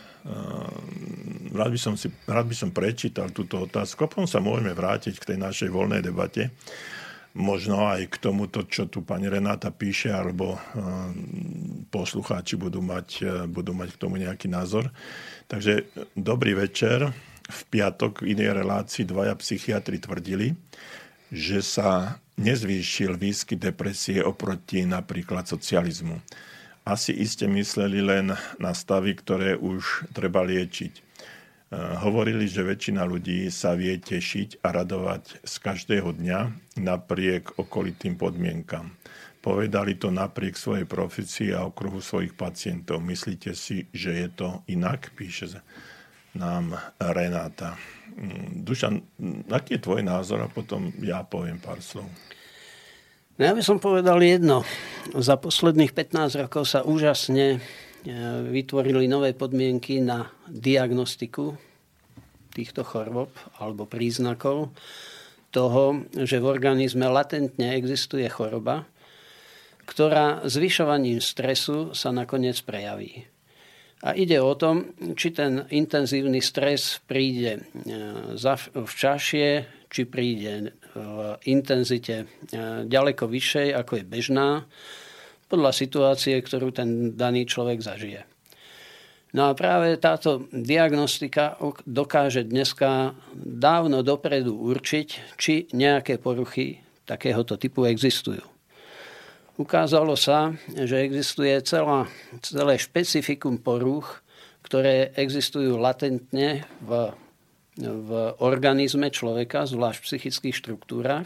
rád by som prečítal túto otázku, potom sa môžeme vrátiť k tej našej voľnej debate. Možno aj k tomuto, čo tu pani Renáta píše, alebo poslucháči budú mať k tomu nejaký názor. Takže dobrý večer. V piatok v inej relácii 2 psychiatri tvrdili, že sa nezvýšil výskyt depresie oproti napríklad socializmu. Asi iste mysleli len na stavy, ktoré už treba liečiť. Hovorili, že väčšina ľudí sa vie tešiť a radovať z každého dňa napriek okolitým podmienkam. Povedali to napriek svojej profesii a okruhu svojich pacientov. Myslíte si, že je to inak? Píše nám Renáta. Dušan, aký je tvoj názor? A potom ja poviem pár slov. No ja by som povedal jedno. Za posledných 15 rokov sa úžasne vytvorili nové podmienky na diagnostiku týchto chorôb alebo príznakov toho, že v organizme latentne existuje choroba, ktorá zvyšovaním stresu sa nakoniec prejaví. A ide o tom, či ten intenzívny stres príde včasšie, či príde v intenzite ďaleko vyššej, ako je bežná, podľa situácie, ktorú ten daný človek zažije. No a práve táto diagnostika dokáže dneska dávno dopredu určiť, či nejaké poruchy takéhoto typu existujú. Ukázalo sa, že existuje celé špecifikum porúch, ktoré existujú latentne v organizme človeka, zvlášť v psychických štruktúrach.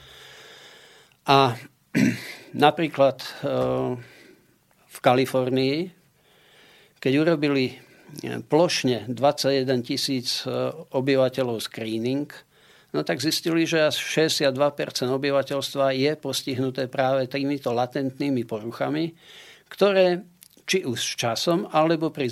A napríklad v Kalifornii, keď urobili plošne 21 000 obyvateľov screening, no tak zistili, že až 62% obyvateľstva je postihnuté práve týmito latentnými poruchami, ktoré či už s časom, alebo pri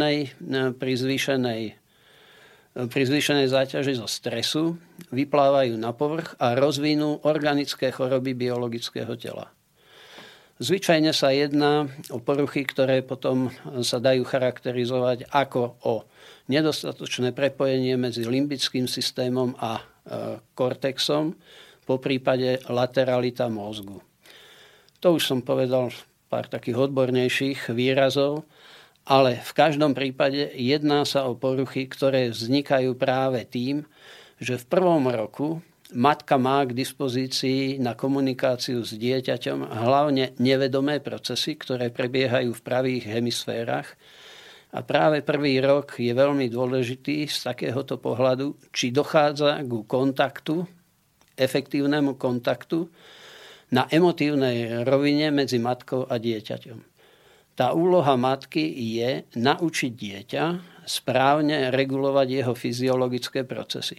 zvýšenej záťaži zo stresu vyplávajú na povrch a rozvinú organické choroby biologického tela. Zvyčajne sa jedná o poruchy, ktoré potom sa dajú charakterizovať ako o nedostatočné prepojenie medzi limbickým systémom a kortexom, po prípade lateralita mozgu. To už som povedal pár takých odbornejších výrazov, ale v každom prípade jedná sa o poruchy, ktoré vznikajú práve tým, že v prvom roku matka má k dispozícii na komunikáciu s dieťaťom hlavne nevedomé procesy, ktoré prebiehajú v pravých hemisférach. A práve prvý rok je veľmi dôležitý z takéhoto pohľadu, či dochádza ku kontaktu, efektívnemu kontaktu na emotívnej rovine medzi matkou a dieťaťom. Tá úloha matky je naučiť dieťa správne regulovať jeho fyziologické procesy.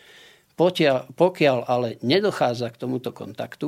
Pokiaľ ale nedochádza k tomuto kontaktu,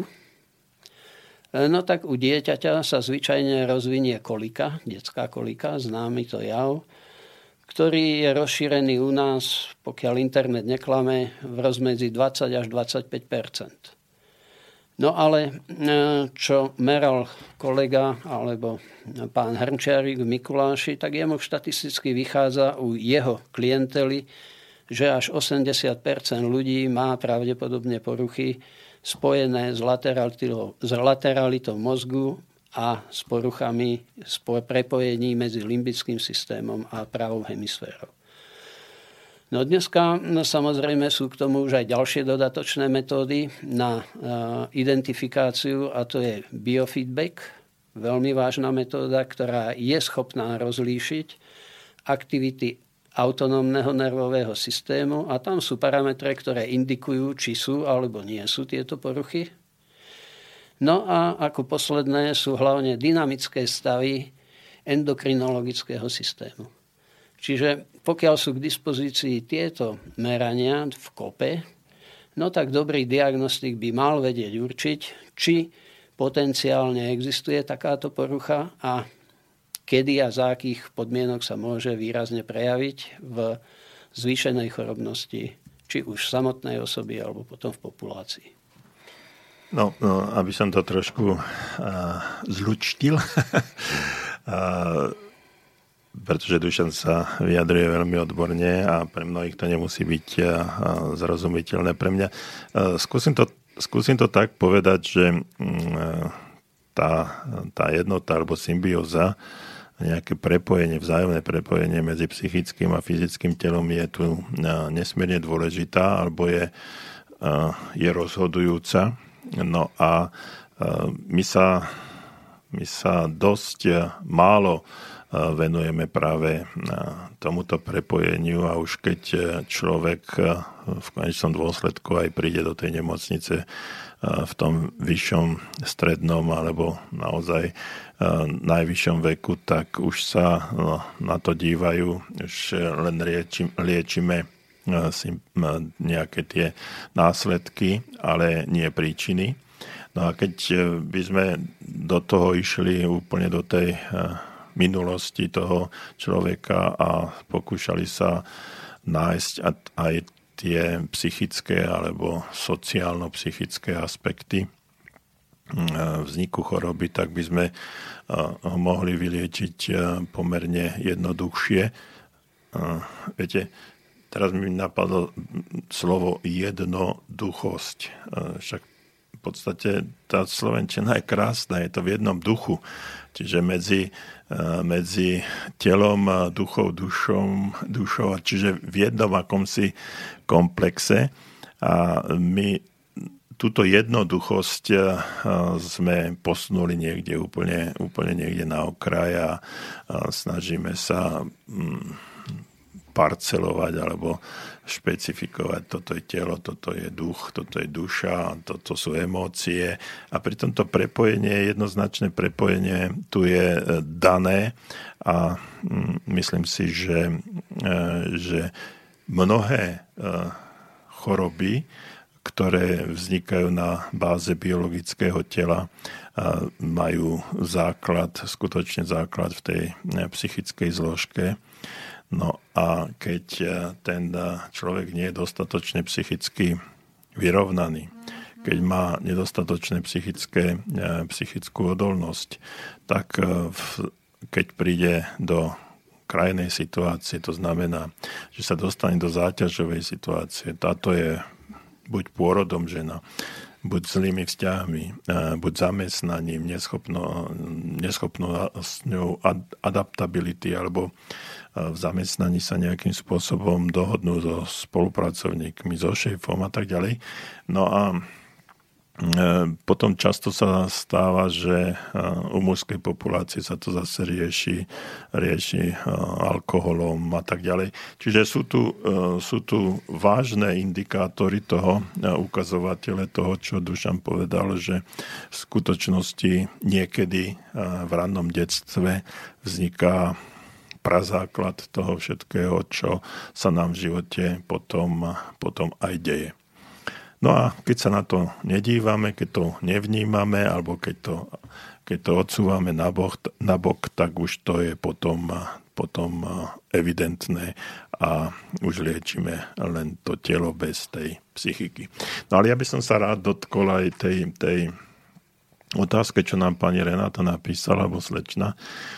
no tak u dieťaťa sa zvyčajne rozvinie kolika, detská kolika, známy to jav, ktorý je rozšírený u nás, pokiaľ internet neklame, v rozmedzi 20 až 25%. No ale čo meral kolega alebo pán Hrnčiarik v Mikuláši, tak jemu štatisticky vychádza u jeho klientely, že až 80% ľudí má pravdepodobne poruchy spojené s lateralitou mozgu a s poruchami s prepojení medzi limbickým systémom a pravou hemisférou. No dneska samozrejme sú k tomu už aj ďalšie dodatočné metódy na identifikáciu, a to je biofeedback, veľmi vážna metóda, ktorá je schopná rozlíšiť aktivity autonómneho nervového systému a tam sú parametre, ktoré indikujú, či sú alebo nie sú tieto poruchy. No a ako posledné sú hlavne dynamické stavy endokrinologického systému. Čiže pokiaľ sú k dispozícii tieto merania v kope, no tak dobrý diagnostik by mal vedieť určiť, či potenciálne existuje takáto porucha a kedy a za akých podmienok sa môže výrazne prejaviť v zvýšenej chorobnosti, či už samotnej osoby, alebo potom v populácii. No aby som to trošku zlučtil, pretože Dušan sa vyjadruje veľmi odborne a pre mnohých to nemusí byť zrozumiteľné. Pre mňa skúsim to tak povedať, že tá jednota alebo symbióza, nejaké prepojenie, vzájomné prepojenie medzi psychickým a fyzickým telom je tu nesmierne dôležitá alebo je rozhodujúca. No a my sa dosť málo venujeme práve tomuto prepojeniu a už keď človek v konečnom dôsledku aj príde do tej nemocnice v tom vyššom strednom alebo naozaj najvyššom veku, tak už sa na to dívajú, už len liečíme nejaké tie následky, ale nie príčiny. No a keď by sme do toho išli úplne do tej minulosti toho človeka a pokúšali sa nájsť aj tie psychické alebo sociálno-psychické aspekty vzniku choroby, tak by sme ho mohli vyliečiť pomerne jednoduchšie. Viete, teraz mi napadlo slovo jednoduchosť. Však v podstate tá slovenčina je krásna, je to v jednom duchu. Čiže medzi telom, dušou, čiže v jednom akomsi komplexe. A my túto jednoduchosť sme posunuli niekde úplne niekde na okraj a snažíme sa parcelovať alebo špecifikovať. Toto je telo, toto je duch, toto je duša, toto sú emócie. A pri tomto prepojenie, jednoznačné prepojenie tu je dané a myslím si, že mnohé choroby, ktoré vznikajú na báze biologického tela, majú skutočne základ v tej psychickej zložke. No a keď ten človek nie je dostatočne psychicky vyrovnaný, keď má nedostatočné psychickú odolnosť, tak keď príde do krajnej situácie, to znamená, že sa dostane do záťažovej situácie, táto je buď pôrodom žena, buď zlými vzťahmi, buď zamestnaním, neschopnou s ňou adaptability, alebo v zamestnaní sa nejakým spôsobom dohodnú so spolupracovníkmi, so šéfom a tak ďalej. No a potom často sa stáva, že u mužskej populácie sa to zase rieši alkoholom a tak ďalej. Čiže sú tu vážne indikátory toho, ukazovatele toho, čo Dušan povedal, že v skutočnosti niekedy v rannom detstve vzniká prazáklad toho všetkého, čo sa nám v živote potom aj deje. No a keď sa na to nedívame, keď to nevnímame, alebo keď to odsúvame na bok, tak už to je potom evidentné a už liečíme len to telo bez tej psychiky. No ale ja by som sa rád dotkol aj tej otázke, čo nám pani Renáta napísala, alebo slečna.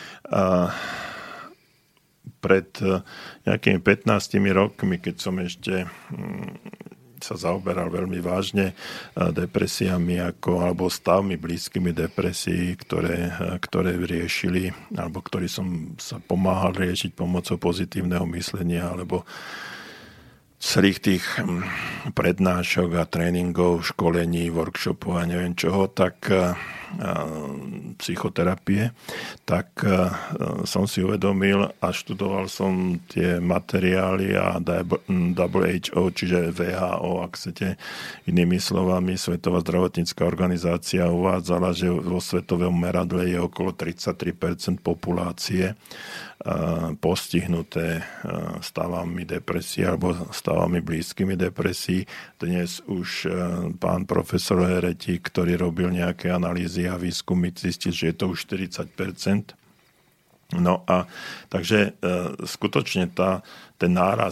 Pred nejakými 15 rokmi, keď som ešte sa zaoberal veľmi vážne depresiami alebo stavmi blízkymi depresii, ktoré riešili, alebo ktorý som sa pomáhal riešiť pomocou pozitívneho myslenia alebo celých tých prednášok a tréningov, školení, workshopov a neviem čoho, tak psychoterapie, tak som si uvedomil a študoval som tie materiály a WHO, čiže WHO, ak chcete, inými slovami, Svetová zdravotnícka organizácia uvádzala, že vo svetovom meradle je okolo 33% populácie postihnuté stavami depresie alebo stavami blízkymi depresii. Dnes už pán profesor Hereti, ktorý robil nejaké analýzy a výskumy, zistil, že je to už 40%. No a takže skutočne ten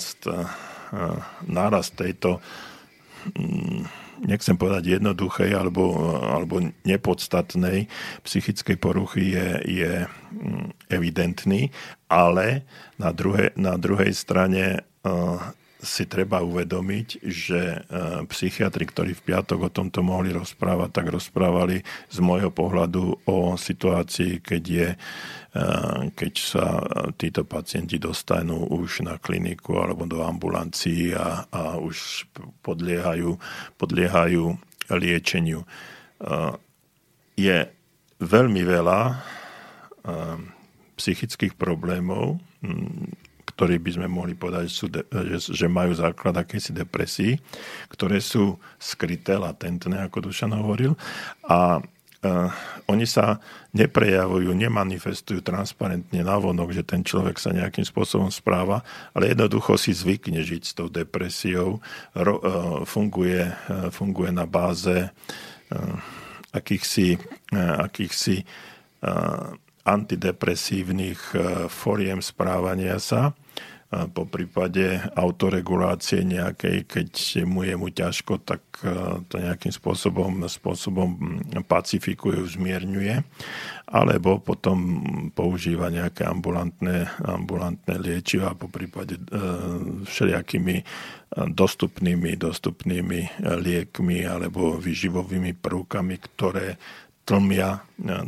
nárast tejto nechcem povedať jednoduchej alebo nepodstatnej psychickej poruchy je evidentný, ale na druhej strane si treba uvedomiť, že psychiatri, ktorí v piatok o tomto mohli rozprávať, tak rozprávali z môjho pohľadu o situácii, keď sa títo pacienti dostanú už na kliniku alebo do ambulancií a už podliehajú liečeniu. Je veľmi veľa psychických problémov, ktorí by sme mohli povedať, že majú základ akejsi depresii, ktoré sú skryté, latentné, ako Dušan hovoril. A oni sa neprejavujú, nemanifestujú transparentne navonok, že ten človek sa nejakým spôsobom správa, ale jednoducho si zvykne žiť s tou depresiou, funguje na báze akýchsi antidepresívnych foriem správania sa, po prípade autoregulácie nejakej, keď je mu ťažko, tak to nejakým spôsobom pacifikuje, zmierňuje, alebo potom používa nejaké ambulantné liečiva, po prípade všelijakými dostupnými liekmi alebo výživovými prvkami, ktoré tlmia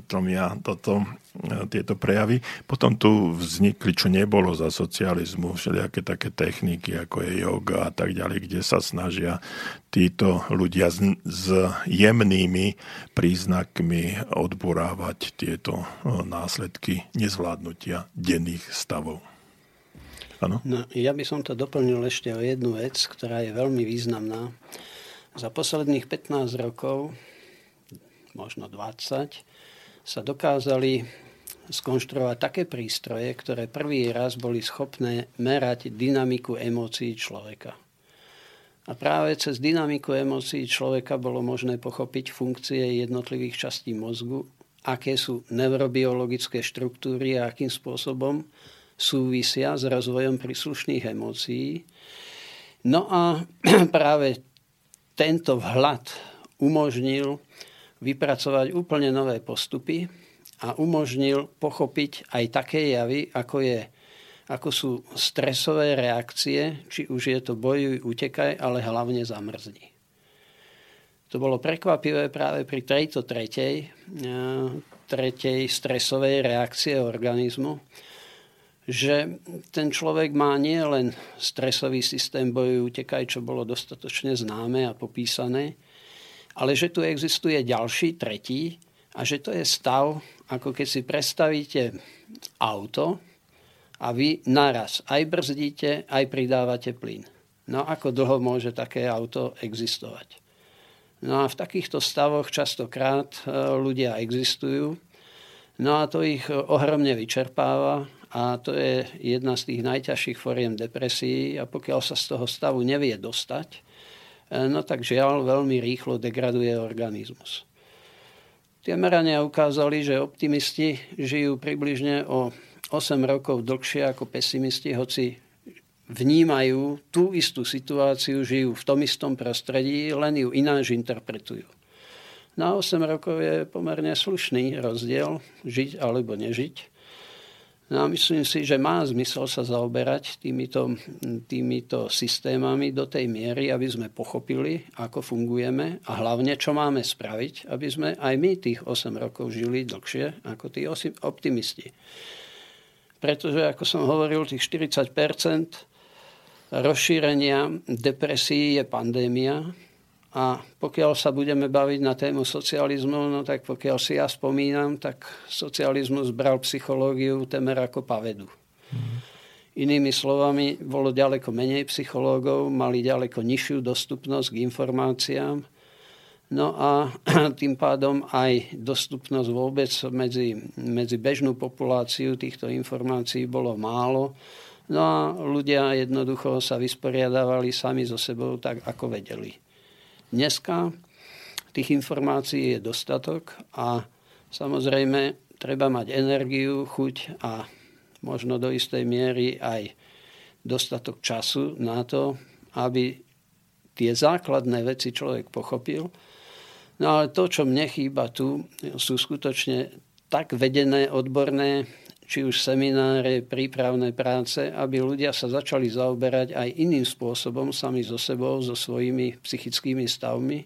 tieto prejavy. Potom tu vznikli, čo nebolo za socializmu, všelijaké také techniky, ako je yoga a tak ďalej, kde sa snažia títo ľudia s jemnými príznakmi odburávať tieto následky nezvládnutia denných stavov. Áno? No, ja by som to doplnil ešte o jednu vec, ktorá je veľmi významná. Za posledných 15 rokov, možno 20, sa dokázali skonštruovať také prístroje, ktoré prvý raz boli schopné merať dynamiku emócií človeka. A práve cez dynamiku emócií človeka bolo možné pochopiť funkcie jednotlivých častí mozgu, aké sú neurobiologické štruktúry a akým spôsobom súvisia s rozvojom príslušných emócií. No a práve tento vhľad umožnil vypracovať úplne nové postupy a umožnil pochopiť aj také javy, ako sú stresové reakcie, či už je to bojuj, utekaj, ale hlavne zamrzni. To bolo prekvapivé práve pri tejto tretej stresovej reakcie organizmu, že ten človek má nie len stresový systém bojuj, utekaj, čo bolo dostatočne známe a popísané, ale že tu existuje ďalší, tretí, a že to je stav, ako keď si predstavíte auto a vy naraz aj brzdíte, aj pridávate plyn. No ako dlho môže také auto existovať? No a v takýchto stavoch častokrát ľudia existujú. No a to ich ohromne vyčerpáva a to je jedna z tých najťažších foriem depresií a pokiaľ sa z toho stavu nevie dostať, no tak žiaľ veľmi rýchlo degraduje organizmus. Tie merania ukázali, že optimisti žijú približne o 8 rokov dlhšie ako pesimisti, hoci vnímajú tú istú situáciu, žijú v tom istom prostredí, len ju ináč interpretujú. Na 8 rokov je pomerne slušný rozdiel, žiť alebo nežiť. No a myslím si, že má zmysel sa zaoberať týmito systémami do tej miery, aby sme pochopili, ako fungujeme a hlavne, čo máme spraviť, aby sme aj my tých 8 rokov žili dlhšie ako tí optimisti. Pretože, ako som hovoril, tých 40% rozšírenia depresií je pandémia a pokiaľ sa budeme baviť na tému socializmu, no tak pokiaľ si ja spomínam, tak socializmus bral psychológiu temer ako pavedu. Inými slovami, bolo ďaleko menej psychológov, mali ďaleko nižšiu dostupnosť k informáciám, no a tým pádom aj dostupnosť vôbec medzi bežnú populáciu týchto informácií bolo málo. No a ľudia jednoducho sa vysporiadávali sami so sebou tak, ako vedeli. Dneska tých informácií je dostatok a samozrejme treba mať energiu, chuť a možno do istej miery aj dostatok času na to, aby tie základné veci človek pochopil. No ale to, čo mne chýba tu, sú skutočne tak vedené odborné či už semináre, prípravné práce, aby ľudia sa začali zaoberať aj iným spôsobom sami so sebou, so svojimi psychickými stavmi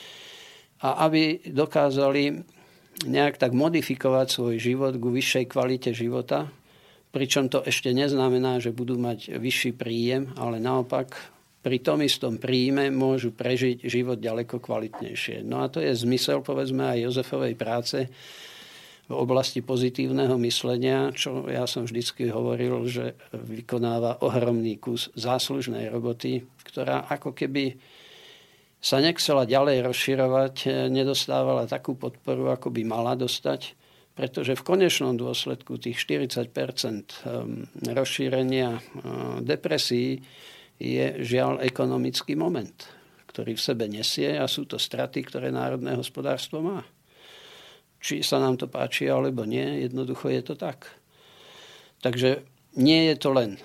a aby dokázali nejak tak modifikovať svoj život ku vyššej kvalite života, pričom to ešte neznamená, že budú mať vyšší príjem, ale naopak pri tom istom príjme môžu prežiť život ďaleko kvalitnejšie. No a to je zmysel, povedzme, aj Jozefovej práce v oblasti pozitívneho myslenia, čo ja som vždycky hovoril, že vykonáva ohromný kus záslužnej roboty, ktorá ako keby sa nechcela ďalej rozširovať, nedostávala takú podporu, ako by mala dostať, pretože v konečnom dôsledku tých 40% rozšírenia depresií je žiaľ ekonomický moment, ktorý v sebe nesie a sú to straty, ktoré národné hospodárstvo má. Či sa nám to páči, alebo nie, jednoducho je to tak. Takže nie je to len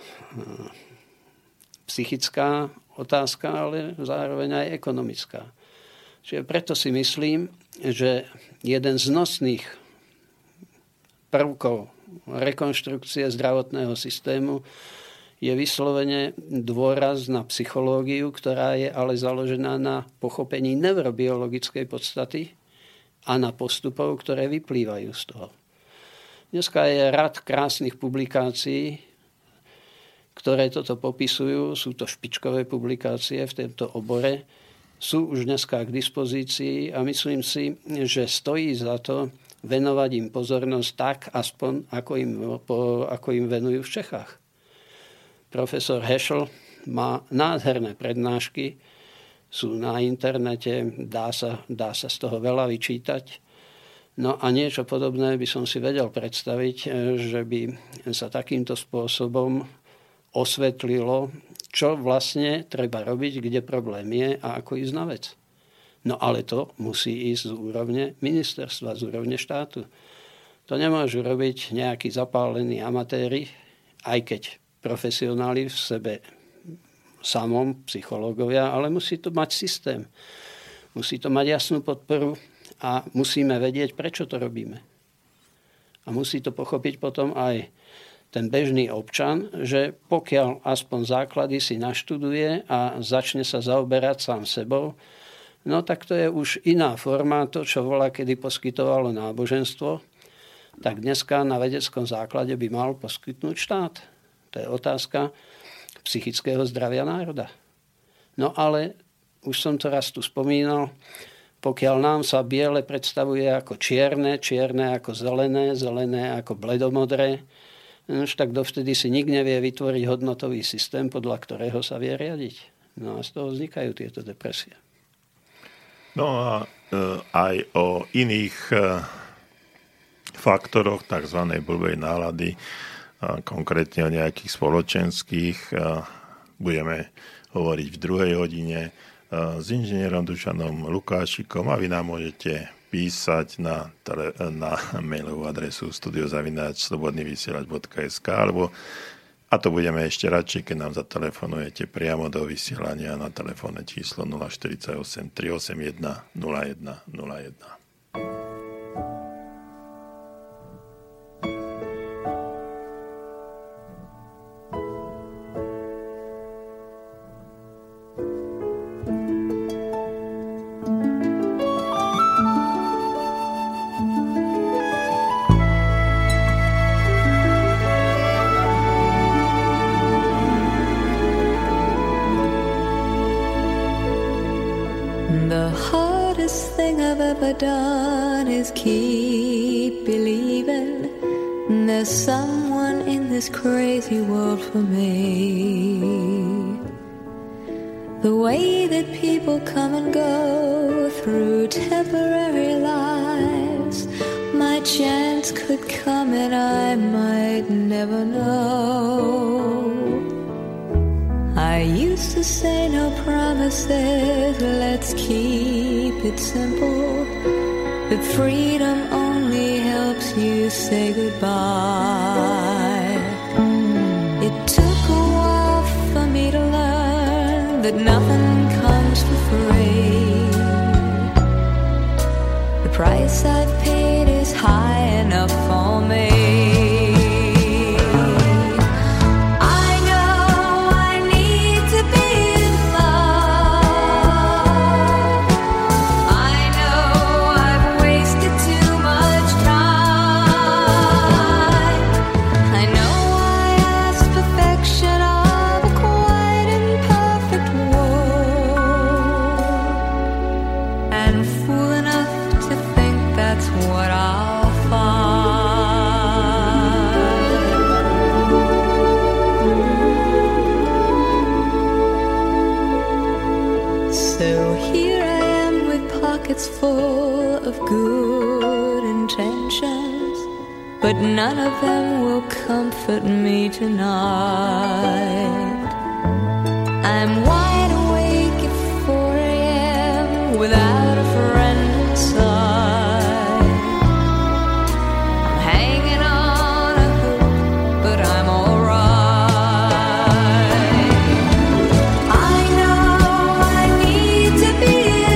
psychická otázka, ale zároveň aj ekonomická. Čiže preto si myslím, že jeden z nosných prvkov rekonštrukcie zdravotného systému je vyslovene dôraz na psychológiu, ktorá je ale založená na pochopení neurobiologickej podstaty a na postupov, ktoré vyplývajú z toho. Dneska je rad krásnych publikácií, ktoré toto popisujú. Sú to špičkové publikácie v tomto obore. Sú už dneska k dispozícii a myslím si, že stojí za to venovať im pozornosť tak, aspoň ako im venujú v Čechách. Profesor Heschel má nádherné prednášky, sú na internete, dá sa z toho veľa vyčítať. No a niečo podobné by som si vedel predstaviť, že by sa takýmto spôsobom osvetlilo, čo vlastne treba robiť, kde problém je a ako ísť na vec. No ale to musí ísť z úrovne ministerstva, z úrovne štátu. To nemôžu robiť nejakí zapálení amatéri, aj keď profesionáli v sebe samom, psychológovia, ale musí to mať systém. Musí to mať jasnú podporu a musíme vedieť, prečo to robíme. A musí to pochopiť potom aj ten bežný občan, že pokiaľ aspoň základy si naštuduje a začne sa zaoberať sám sebou, no tak to je už iná forma, to, čo volá, kedy poskytovalo náboženstvo, tak dneska na vedeckom základe by mal poskytnúť štát. To je otázka psychického zdravia národa. No ale, už som to raz tu spomínal, pokiaľ nám sa biele predstavuje ako čierne, čierne ako zelené, zelené ako bledomodré, tak dovtedy si nik nevie vytvoriť hodnotový systém, podľa ktorého sa vie riadiť. No a z toho vznikajú tieto depresie. No a aj o iných faktoroch tzv. Blbej nálady, konkrétne o nejakých spoločenských, budeme hovoriť v druhej hodine s inžinierom Dušanom Lukášikom a vy nám môžete písať na mailovú adresu studio@slobodnyvysielac.sk alebo, a to budeme ešte radšej, keď nám zatelefonujete priamo do vysielania na telefónne číslo 048 381 0101. Done is keep believing there's someone in this crazy world for me. The way that people come and go through temporary lives, my chance could come and I might never know. I used to say no promises, let's keep it simple. But freedom only helps you say goodbye. It took a while for me to learn that nothing comes for free. The price I've paid is high enough for me. Full of good intentions, but none of them will comfort me tonight. I'm wide awake at 4 a.m. without a friend inside. I'm hanging on a hook, but I'm alright. I know I need to be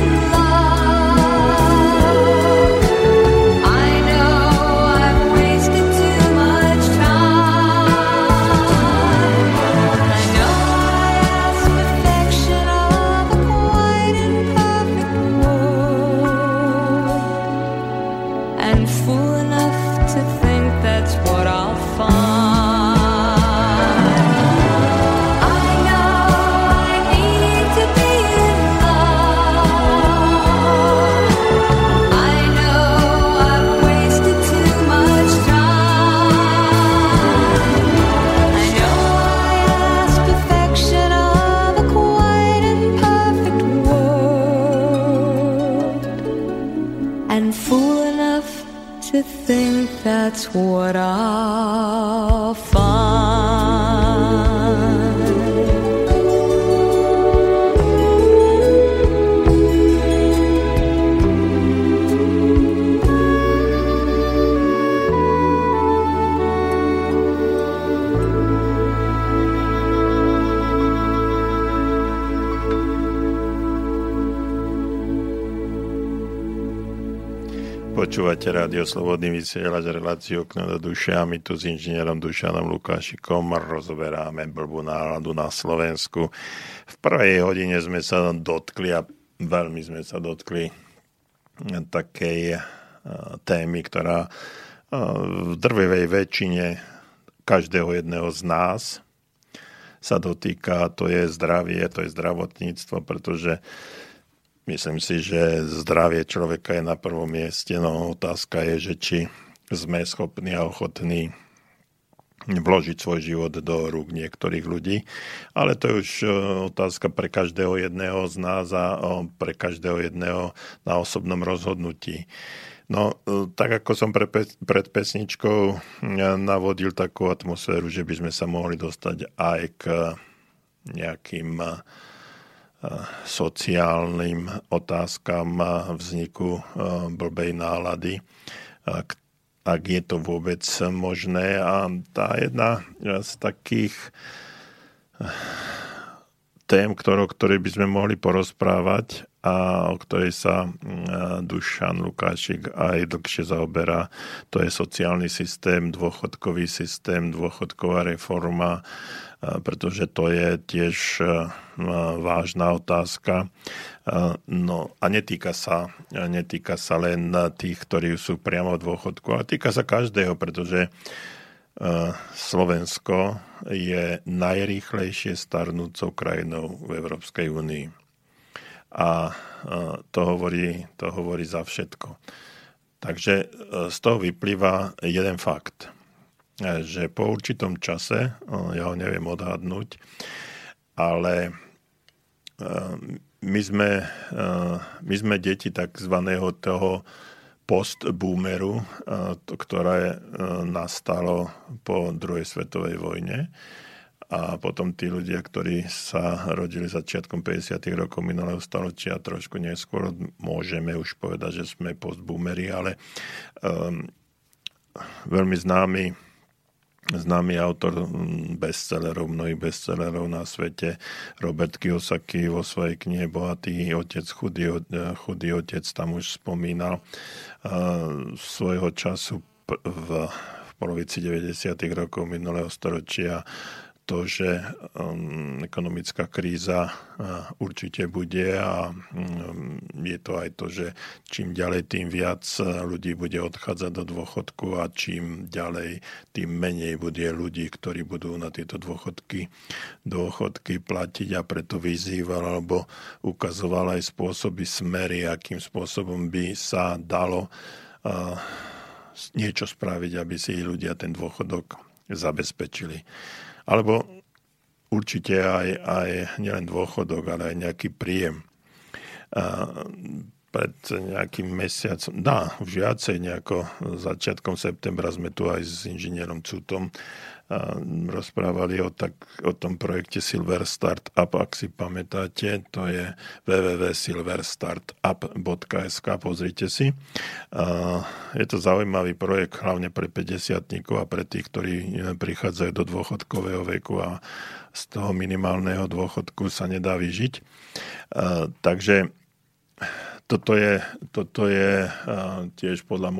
that's what I'll find. Počúvate rádio Slobodný vysielač, reláciu Okno do duše a my tu s inžinierom Dušanom Lukášikom rozoberáme blbú náladu na Slovensku. V prvej hodine sme sa dotkli a veľmi sme sa dotkli takej témy, ktorá v drvivej väčšine každého jedného z nás sa dotýka, to je zdravie, to je zdravotníctvo, pretože myslím si, že zdravie človeka je na prvom mieste, no otázka je, že či sme schopní a ochotní vložiť svoj život do rúk niektorých ľudí, ale to je už otázka pre každého jedného z nás a pre každého jedného na osobnom rozhodnutí. No, tak ako som pred pesničkou navodil takú atmosféru, že by sme sa mohli dostať aj k nejakým sociálnym otázkam vzniku blbej nálady, ak je to vôbec možné. A tá jedna z takých tém, ktorej by sme mohli porozprávať a o ktorej sa Dušan Lukášik aj dlhšie zaoberá, to je sociálny systém, dôchodkový systém, dôchodková reforma, pretože to je tiež vážna otázka. No a netýka sa len tých, ktorí sú priamo v dôchodku, ale týka sa každého, pretože Slovensko je najrýchlejšie starnúcou krajinou v Európskej únii. A to hovorí za všetko. Takže z toho vyplýva jeden fakt, že po určitom čase, ja ho neviem odhadnúť, ale my sme deti takzvaného toho postboomeru, ktoré nastalo po druhej svetovej vojne. A potom tí ľudia, ktorí sa rodili začiatkom 50. rokov minulého storočia, trošku neskôr, môžeme už povedať, že sme postboomeri, ale veľmi známy autor bestsellerov, mnohých bestsellerov na svete, Robert Kiyosaki vo svojej knihe Bohatý otec, chudý otec, tam už spomínal svojho času v polovici 90. rokov minulého storočia to, že ekonomická kríza určite bude a je to aj to, že čím ďalej, tým viac ľudí bude odchádzať do dôchodku a čím ďalej, tým menej bude ľudí, ktorí budú na tieto dôchodky platiť a preto vyzýval alebo ukazoval aj spôsoby, smery, akým spôsobom by sa dalo niečo spraviť, aby si ľudia ten dôchodok zabezpečili. Alebo určite aj nielen dôchodok, ale aj nejaký príjem. Pred nejakým mesiacom, už viacej, nejako začiatkom septembra sme tu aj s inžinierom Cutom rozprávali o tom projekte Silver Startup, ak si pamätáte, to je www.silverstartup.sk, pozrite si. Je to zaujímavý projekt, hlavne pre 50-tníkov a pre tých, ktorí prichádzajú do dôchodkového veku a z toho minimálneho dôchodku sa nedá vyžiť. Takže toto je tiež podľa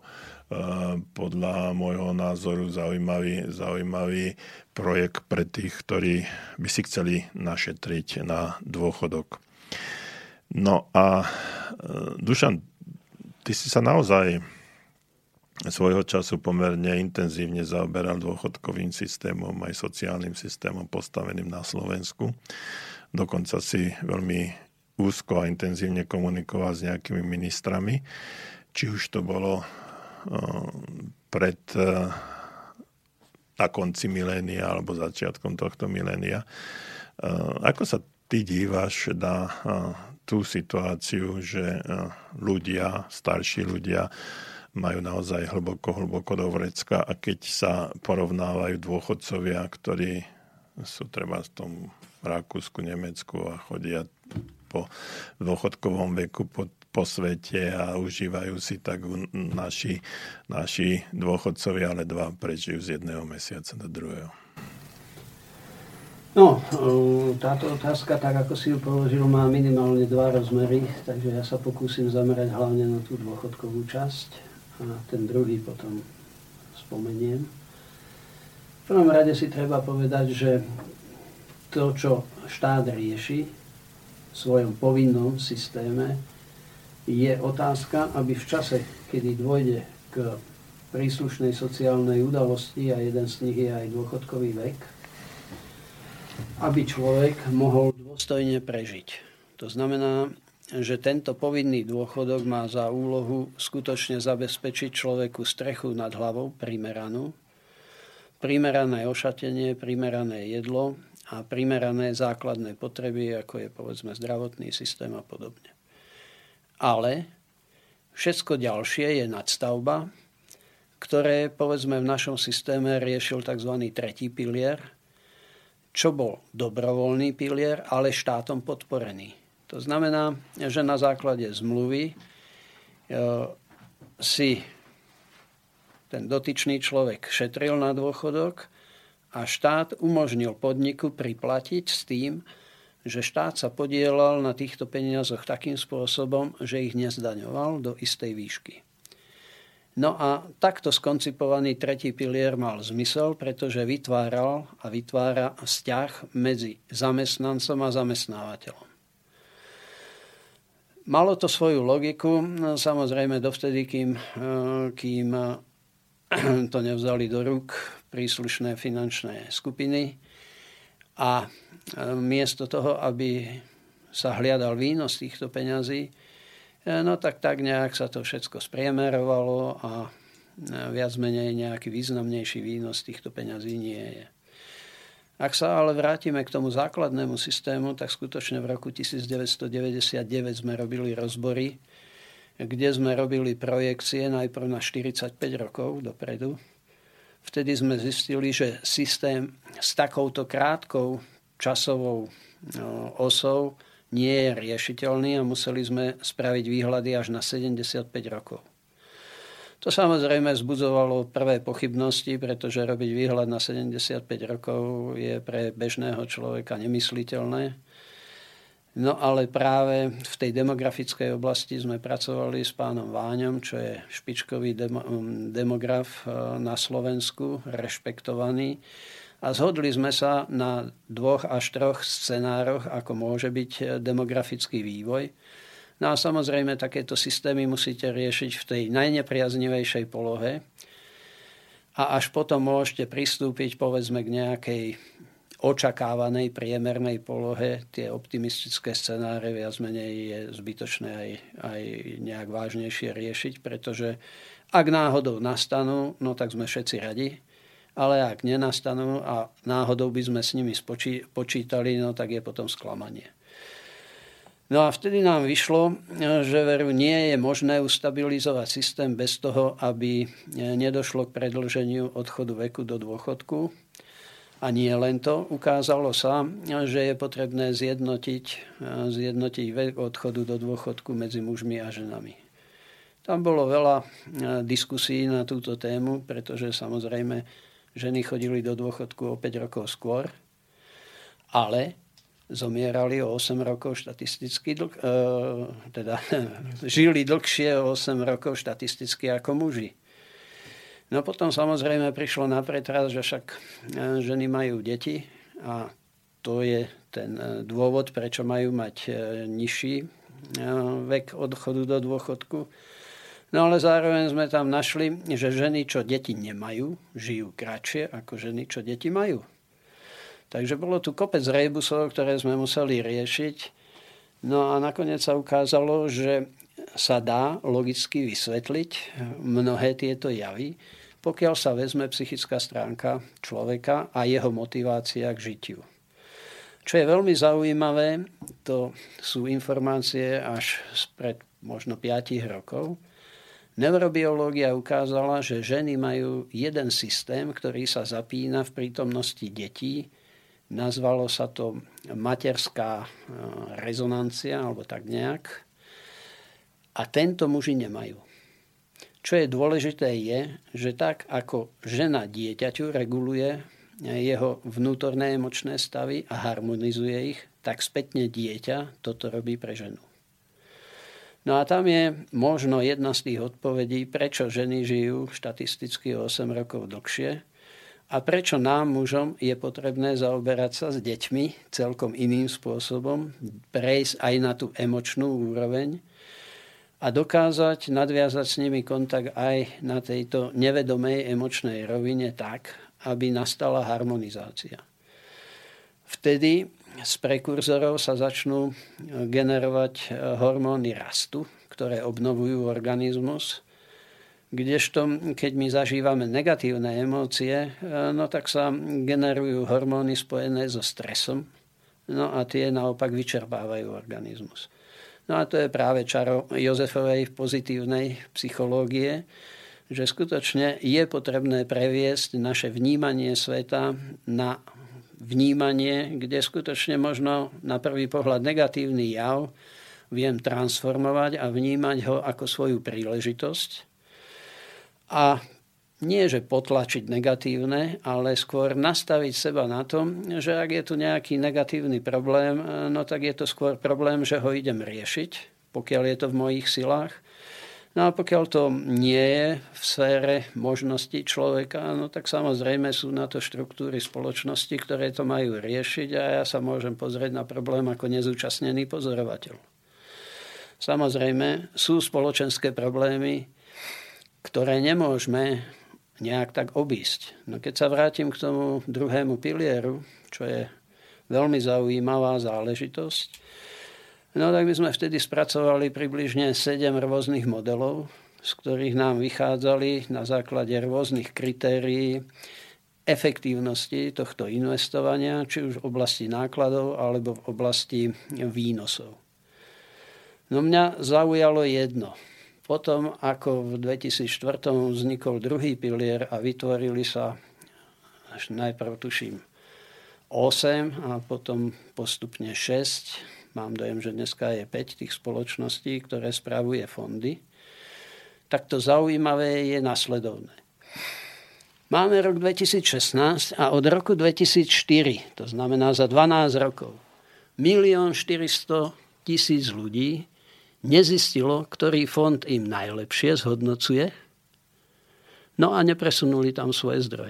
môjho názoru zaujímavý projekt pre tých, ktorí by si chceli našetriť na dôchodok. No a Dušan, ty si sa naozaj svojho času pomerne intenzívne zaoberal dôchodkovým systémom aj sociálnym systémom postaveným na Slovensku. Dokonca si veľmi úzko a intenzívne komunikoval s nejakými ministrami, či už to bolo na konci milénia alebo začiatkom tohto milénia. Ako sa ty díváš na tú situáciu, že starší ľudia majú naozaj hlboko do vrecka a keď sa porovnávajú dôchodcovia, ktorí sú treba v tom Rakúsku, Nemecku a chodia po dôchodkovom veku po svete a užívajú si, tak naši dôchodcovia, ale 2 prežijú z jedného mesiaca do druhého. No, táto otázka, tak ako si ju položil, má minimálne dva rozmery, takže ja sa pokúsim zamerať hlavne na tú dôchodkovú časť a ten druhý potom spomeniem. V prvom rade si treba povedať, že to, čo štát rieši v svojom povinnom systéme, je otázka, aby v čase, kedy dôjde k príslušnej sociálnej udalosti, a jeden z nich je aj dôchodkový vek, aby človek mohol dôstojne prežiť. To znamená, že tento povinný dôchodok má za úlohu skutočne zabezpečiť človeku strechu nad hlavou primeranú, primerané ošatenie, primerané jedlo a primerané základné potreby, ako je povedzme zdravotný systém a podobne. Ale všetko ďalšie je nadstavba, ktoré povedzme v našom systéme riešil tzv. Tretí pilier, čo bol dobrovoľný pilier, ale štátom podporený. To znamená, že na základe zmluvy si ten dotyčný človek šetril na dôchodok a štát umožnil podniku priplatiť s tým, že štát sa podielal na týchto peniazoch takým spôsobom, že ich nezdaňoval do istej výšky. No a takto skoncipovaný tretí pilier mal zmysel, pretože vytváral a vytvára vzťah medzi zamestnancom a zamestnávateľom. Malo to svoju logiku, samozrejme dovtedy, kým to nevzali do rúk príslušné finančné skupiny a miesto toho, aby sa hliadal výnos týchto peňazí, no tak nejak sa to všetko spriemerovalo a viac menej nejaký významnejší výnos týchto peňazí nie je. Ak sa ale vrátime k tomu základnému systému, tak skutočne v roku 1999 sme robili rozbory, kde sme robili projekcie najprv na 45 rokov dopredu. Vtedy sme zistili, že systém s takouto krátkou časovou osou nie je riešiteľný a museli sme spraviť výhľady až na 75 rokov. To samozrejme vzbudzovalo prvé pochybnosti, pretože robiť výhľad na 75 rokov je pre bežného človeka nemysliteľné. No ale práve v tej demografickej oblasti sme pracovali s pánom Váňom, čo je špičkový demograf na Slovensku, rešpektovaný. A zhodli sme sa na 2 až 3 scenároch, ako môže byť demografický vývoj. No a samozrejme takéto systémy musíte riešiť v tej najnepriaznivejšej polohe a až potom môžete pristúpiť povedzme k nejakej očakávanej priemernej polohe. Tie optimistické scenáre viac menej je zbytočné aj nejak vážnejšie riešiť, pretože ak náhodou nastanú, no tak sme všetci radi. Ale ak nenastanú a náhodou by sme s nimi počítali, no tak je potom sklamanie. No a vtedy nám vyšlo, že veru nie je možné ustabilizovať systém bez toho, aby nedošlo k predĺženiu odchodu veku do dôchodku. A nie len to, ukázalo sa, že je potrebné zjednotiť vek odchodu do dôchodku medzi mužmi a ženami. Tam bolo veľa diskusí na túto tému, pretože samozrejme ženy chodili do dôchodku o 5 rokov skôr, ale zomierali o 8 rokov štatisticky, žili dlhšie o 8 rokov štatisticky ako muži. No potom samozrejme prišlo na pretras, že však ženy majú deti a to je ten dôvod, prečo majú mať nižší vek odchodu do dôchodku. No ale zároveň sme tam našli, že ženy, čo deti nemajú, žijú kratšie ako ženy, čo deti majú. Takže bolo tu kopec rébusov, ktoré sme museli riešiť. No a nakoniec sa ukázalo, že sa dá logicky vysvetliť mnohé tieto javy, pokiaľ sa vezme psychická stránka človeka a jeho motivácia k žitiu. Čo je veľmi zaujímavé, to sú informácie až spred možno 5 rokov. Neurobiológia ukázala, že ženy majú jeden systém, ktorý sa zapína v prítomnosti detí. Nazvalo sa to materská rezonancia, alebo tak nejak. A tento muži nemajú. Čo je dôležité je, že tak ako žena dieťaťu reguluje jeho vnútorné emočné stavy a harmonizuje ich, tak spätne dieťa toto robí pre ženu. No a tam je možno jedna z tých odpovedí, prečo ženy žijú štatisticky o 8 rokov dlhšie a prečo nám, mužom, je potrebné zaoberať sa s deťmi celkom iným spôsobom, prejsť aj na tú emočnú úroveň a dokázať nadviazať s nimi kontakt aj na tejto nevedomej emočnej rovine tak, aby nastala harmonizácia. Vtedy z prekurzorov sa začnú generovať hormóny rastu, ktoré obnovujú organizmus, kdežto keď my zažívame negatívne emócie, no tak sa generujú hormóny spojené so stresom, no a tie naopak vyčerpávajú organizmus. No a to je práve čaro Josefovej pozitívnej psychológie, že skutočne je potrebné previesť naše vnímanie sveta na vnímanie, kde skutočne možno na prvý pohľad negatívny jav viem transformovať a vnímať ho ako svoju príležitosť. A nie, že potlačiť negatívne, ale skôr nastaviť seba na tom, že ak je tu nejaký negatívny problém, no tak je to skôr problém, že ho idem riešiť, pokiaľ je to v mojich silách. No a pokiaľ to nie je v sfére možností človeka, no tak samozrejme sú na to štruktúry spoločnosti, ktoré to majú riešiť a ja sa môžem pozrieť na problém ako nezúčastnený pozorovateľ. Samozrejme sú spoločenské problémy, ktoré nemôžeme nejak tak obísť. No keď sa vrátim k tomu druhému pilieru, čo je veľmi zaujímavá záležitosť, no tak by sme vtedy spracovali približne 7 rôznych modelov, z ktorých nám vychádzali na základe rôznych kritérií efektívnosti tohto investovania, či už v oblasti nákladov alebo v oblasti výnosov. No mňa zaujalo jedno. Potom, ako v 2004 vznikol druhý pilier a vytvorili sa až najprv tuším 8 a potom postupne 6. Mám dojem, že dneska je 5 tých spoločností, ktoré spravuje fondy. Tak to zaujímavé je nasledovné. Máme rok 2016 a od roku 2004, to znamená za 12 rokov, 1 400 000 ľudí nezistilo, ktorý fond im najlepšie zhodnocuje, no a nepresunuli tam svoje zdroje.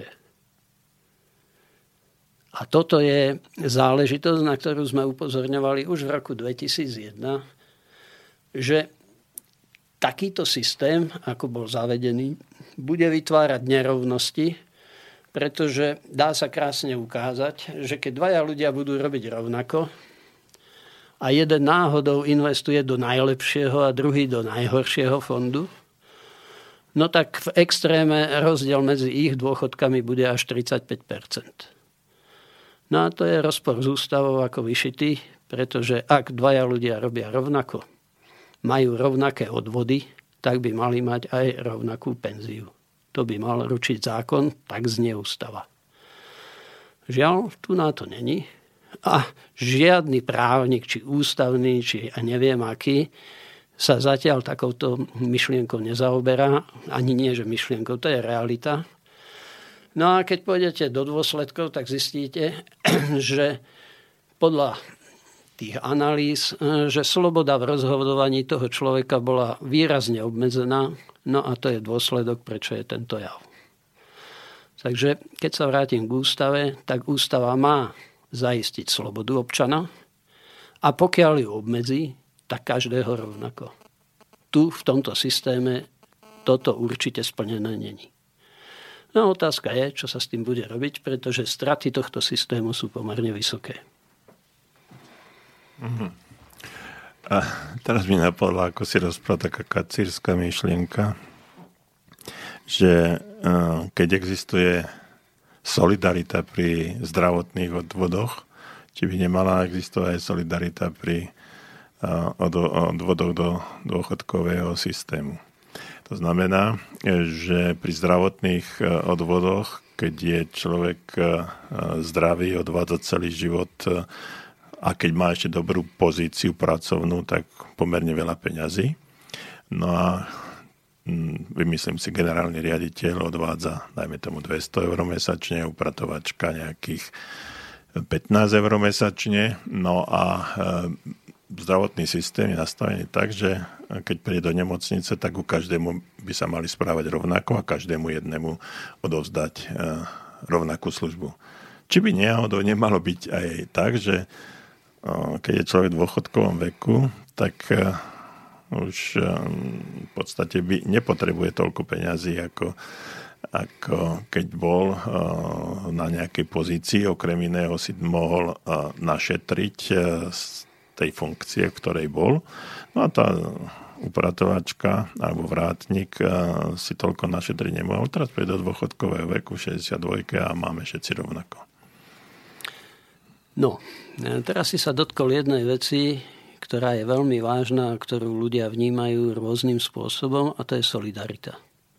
A toto je záležitosť, na ktorú sme upozorňovali už v roku 2001, že takýto systém, ako bol zavedený, bude vytvárať nerovnosti, pretože dá sa krásne ukázať, že keď dvaja ľudia budú robiť rovnako, a jeden náhodou investuje do najlepšieho a druhý do najhoršieho fondu, no tak v extréme rozdiel medzi ich dôchodkami bude až 35%. No a to je rozpor s ústavou ako vyšitý, pretože ak dvaja ľudia robia rovnako, majú rovnaké odvody, tak by mali mať aj rovnakú penziu. To by mal ručiť zákon, tak znie ústava. Žiaľ, tu na to není. A žiadny právnik, či ústavný, či neviem aký, sa zatiaľ takouto myšlienkou nezaoberá. Ani nie, že myšlienkou, to je realita. No a keď pôjdete do dôsledkov, tak zistíte, že podľa tých analýz, že sloboda v rozhodovaní toho človeka bola výrazne obmedzená. No a to je dôsledok, prečo je tento jav. Takže keď sa vrátim k ústave, tak ústava má zaistiť slobodu občana a pokiaľ ju obmedzí, tak každého rovnako. Tu v tomto systéme toto určite splnené není. No otázka je, čo sa s tým bude robiť, pretože straty tohto systému sú pomerne vysoké. A teraz mi napadla, ako si rozprával, taká kacírska myšlienka, že keď existuje solidarita pri zdravotných odvodoch, či by nemala existovať aj solidarita pri odvodoch do dôchodkového systému. To znamená, že pri zdravotných odvodoch, keď je človek zdravý, odvádza celý život a keď má ešte dobrú pozíciu pracovnú, tak pomerne veľa peňazí. No a vymyslím si, generálny riaditeľ odvádza, dajme tomu 200 eur mesačne, upratovačka nejakých 15 eur mesačne, no a zdravotný systém je nastavený tak, že keď príde do nemocnice, tak ku každému by sa mali správať rovnako a každému jednému odovzdať rovnakú službu. Či by náhodou nemalo byť aj tak, že keď je človek v dôchodkovom veku, tak už v podstate by nepotrebuje toľko peňazí, ako keď bol na nejakej pozícii. Okrem iného si mohol našetriť z tej funkcie, v ktorej bol. No a tá upratovačka alebo vrátnik si toľko našetriť nemohol. Teraz príde do dôchodkového veku 62 a máme všetci rovnako. No, teraz si sa dotkol jednej veci, ktorá je veľmi vážna, ktorú ľudia vnímajú rôznym spôsobom, a to je solidarita.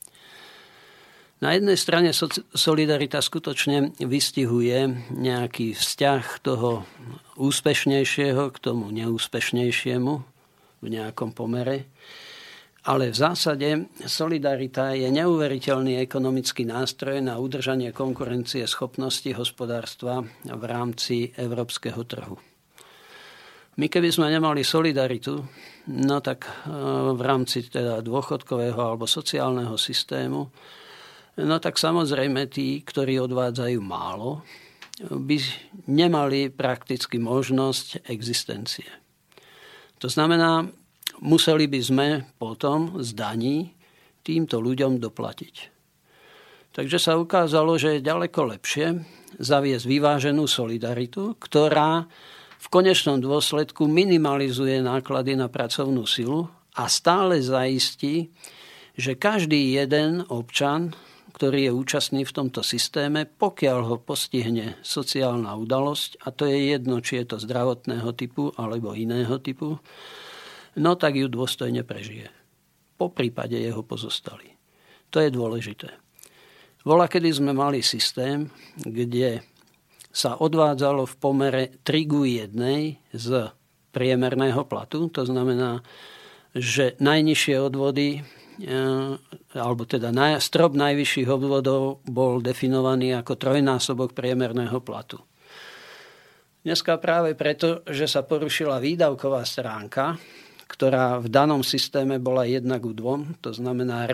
Na jednej strane solidarita skutočne vystihuje nejaký vzťah toho úspešnejšieho k tomu neúspešnejšiemu v nejakom pomere, ale v zásade solidarita je neuveriteľný ekonomický nástroj na udržanie konkurencie schopnosti hospodárstva v rámci európskeho trhu. My keby sme nemali solidaritu, no tak v rámci teda dôchodkového alebo sociálneho systému, no tak samozrejme tí, ktorí odvádzajú málo, by nemali prakticky možnosť existencie. To znamená, museli by sme potom z daní týmto ľuďom doplatiť. Takže sa ukázalo, že je ďaleko lepšie zaviesť vyváženú solidaritu, ktorá v konečnom dôsledku minimalizuje náklady na pracovnú silu a stále zaistí, že každý jeden občan, ktorý je účastný v tomto systéme, pokiaľ ho postihne sociálna udalosť, a to je jedno, či je to zdravotného typu alebo iného typu, no tak ju dôstojne prežije. Po prípade jeho pozostali. To je dôležité. Volakedy sme mali systém, kde sa odvádzalo v pomere 3:1 z priemerného platu. To znamená, že najnižšie odvody, alebo teda strop najvyšších odvodov bol definovaný ako 3-násobok priemerného platu. Dneska práve preto, že sa porušila výdavková stránka, ktorá v danom systéme bola 1:2, to znamená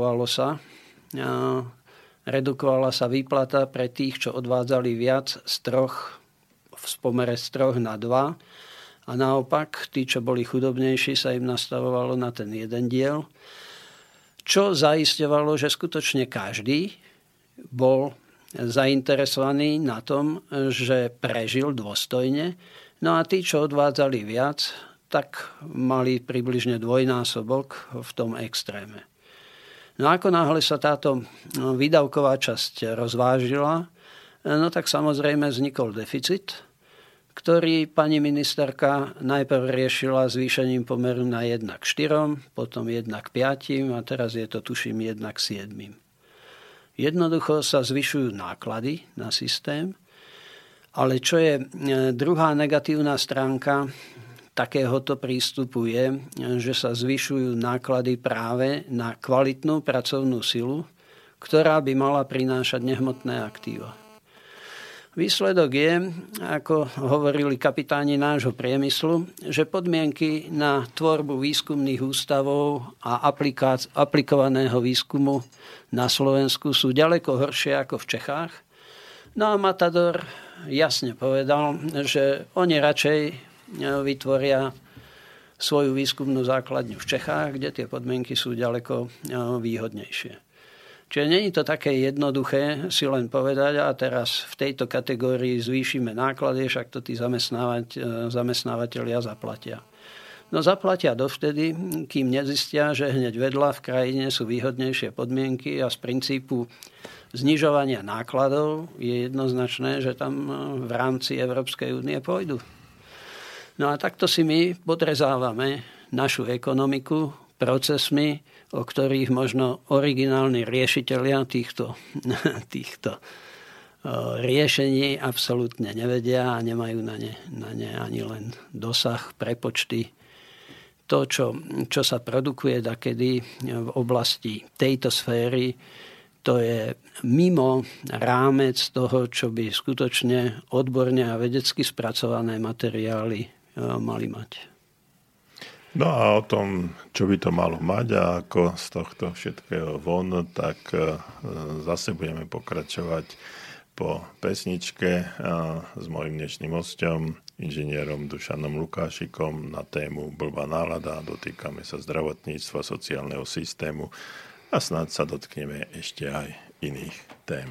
redukovala sa výplata pre tých, čo odvádzali viac v pomere z 3 na 2 a naopak tí, čo boli chudobnejší, sa im nastavovalo na ten jeden diel, čo zaisťovalo, že skutočne každý bol zainteresovaný na tom, že prežil dôstojne, no a tí, čo odvádzali viac, tak mali približne 2-násobok v tom extréme. No ako náhle sa táto výdavková časť rozvážila, no tak samozrejme vznikol deficit, ktorý pani ministerka najprv riešila zvýšením pomeru na 1:4, potom 1:5 a teraz je to tuším 1:7. Jednoducho sa zvyšujú náklady na systém, ale čo je druhá negatívna stránka takéhoto prístupu je, že sa zvyšujú náklady práve na kvalitnú pracovnú silu, ktorá by mala prinášať nehmotné aktíva. Výsledok je, ako hovorili kapitáni nášho priemyslu, že podmienky na tvorbu výskumných ústavov a aplikovaného výskumu na Slovensku sú ďaleko horšie ako v Čechách. No a Matador jasne povedal, že oni radšej vytvoria svoju výskumnú základňu v Čechách, kde tie podmienky sú ďaleko výhodnejšie. Čiže nie je to také jednoduché si len povedať, a teraz v tejto kategórii zvýšime náklady, však to tí zamestnávateľia zaplatia. No zaplatia dovtedy, kým nezistia, že hneď vedľa v krajine sú výhodnejšie podmienky a z princípu znižovania nákladov je jednoznačné, že tam v rámci Európskej únie pôjdu. No a takto si my podrezávame našu ekonomiku procesmi, o ktorých možno originálni riešitelia týchto riešení absolútne nevedia a nemajú na ne ani len dosah, prepočty. to, čo sa produkuje dakedy v oblasti tejto sféry, to je mimo rámec toho, čo by skutočne odborne a vedecky spracované materiály mali mať. No a o tom, čo by to malo mať a ako z tohto všetkého von, tak zase budeme pokračovať po pesničke s mojím dnešným hosťom, inžinierom Dušanom Lukášikom na tému blbá nálada. Dotýkame sa zdravotníctva, sociálneho systému a snáď sa dotkneme ešte aj iných tém.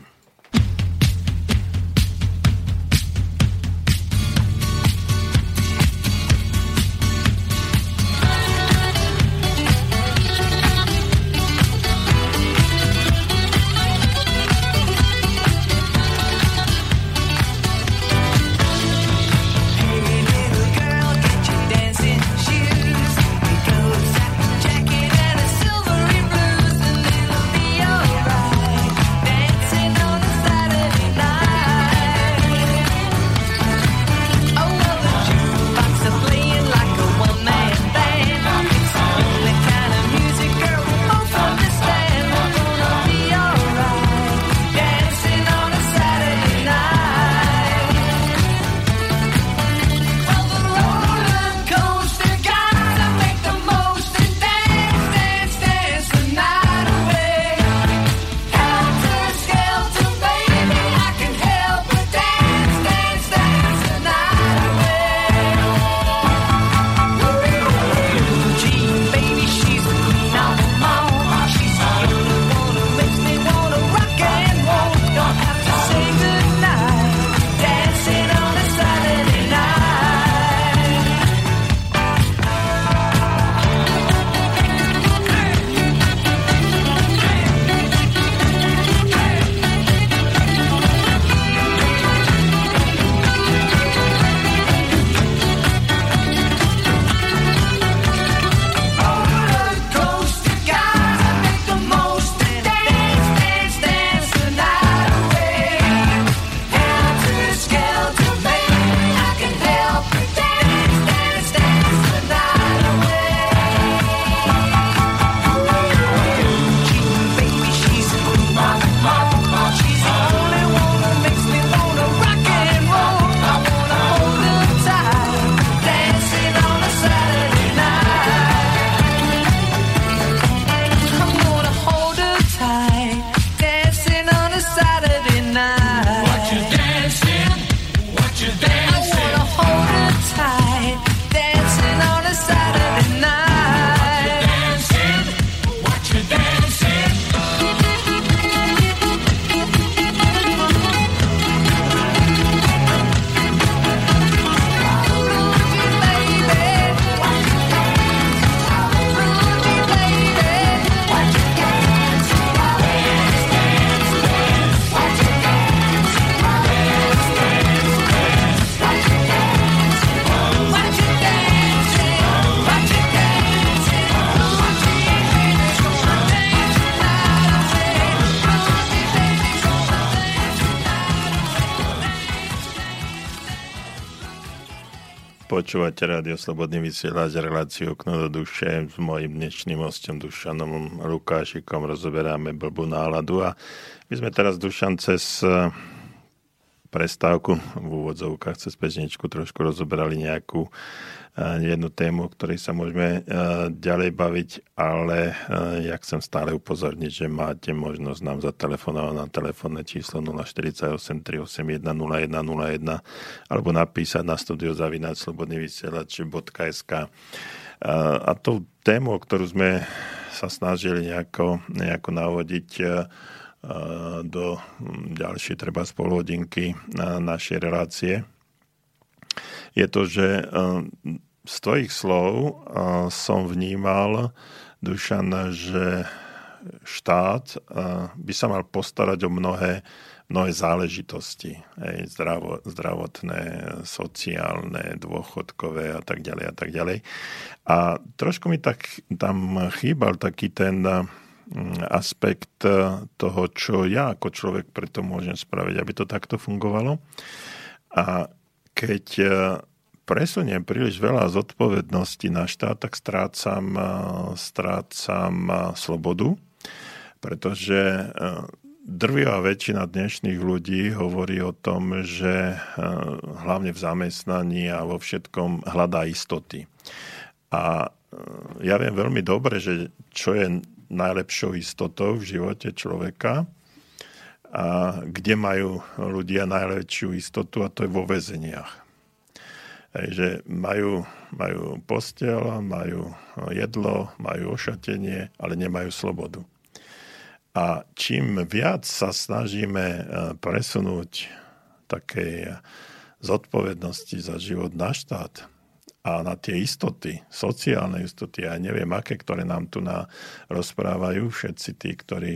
Počúvate Rádio Slobodný vysielač, reláciu Okno do duše. S mojím dnešným hostom Dušanom Lukášikom rozoberáme blbú náladu a my sme teraz, Dušan, cez prestávku v úvodzovkách, cez pesničku trošku rozoberali nejakú jednu tému, o ktorej sa môžeme ďalej baviť, ale ja chcem stále upozorniť, že máte možnosť nám zatelefonovať na telefónne číslo 048 381 0101 alebo napísať na studio@slobodnyvysielac.sk. A tou tému, o ktorú sme sa snažili nejako navodiť do ďalšej treba spoluhodinky našej relácie, je to, že z tvojich slov som vnímal, Dušan, že štát by sa mal postarať o mnohé záležitosti. Zdravotné, sociálne, dôchodkové a tak ďalej a tak ďalej. A trošku mi tak tam chýbal taký ten aspekt toho, čo ja ako človek preto môžem spraviť, aby to takto fungovalo. A keď presuniem príliš veľa zodpovedností na štát, tak strácam slobodu, pretože drvivá väčšina dnešných ľudí hovorí o tom, že hlavne v zamestnaní a vo všetkom hľadá istoty. A ja viem veľmi dobre, že čo je najlepšou istotou v živote človeka a kde majú ľudia najväčšiu istotu, a to je vo väzeniach. Že majú posteľ, majú jedlo, majú ošatenie, ale nemajú slobodu. A čím viac sa snažíme presunúť takej zodpovednosti za život na štát a na tie istoty, sociálne istoty, ja neviem aké, ktoré nám tu rozprávajú všetci tí, ktorí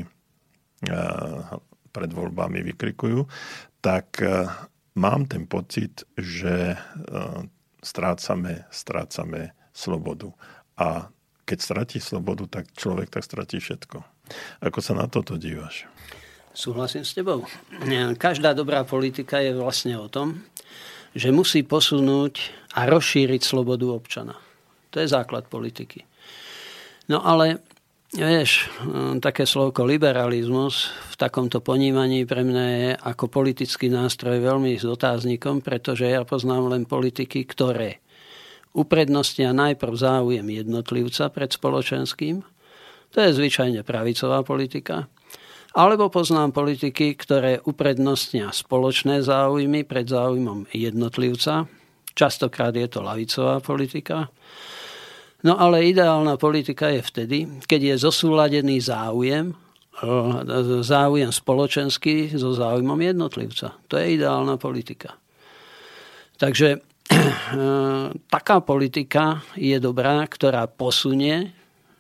pred voľbami vykrikujú, tak mám ten pocit, že strácame slobodu. A keď stratí slobodu, tak človek tak stratí všetko. Ako sa na toto díváš? Súhlasím s tebou. Každá dobrá politika je vlastne o tom, že musí posunúť a rozšíriť slobodu občana. To je základ politiky. No ale, vieš, také slovko liberalizmus v takomto ponímaní pre mňa je ako politický nástroj veľmi s otáznikom, pretože ja poznám len politiky, ktoré uprednostnia najprv záujem jednotlivca pred spoločenským. To je zvyčajne pravicová politika. Alebo poznám politiky, ktoré uprednostnia spoločné záujmy pred záujmom jednotlivca. Častokrát je to ľavicová politika. No ale ideálna politika je vtedy, keď je zosúladený záujem spoločenský so záujmom jednotlivca. To je ideálna politika. Takže taká politika je dobrá, ktorá posunie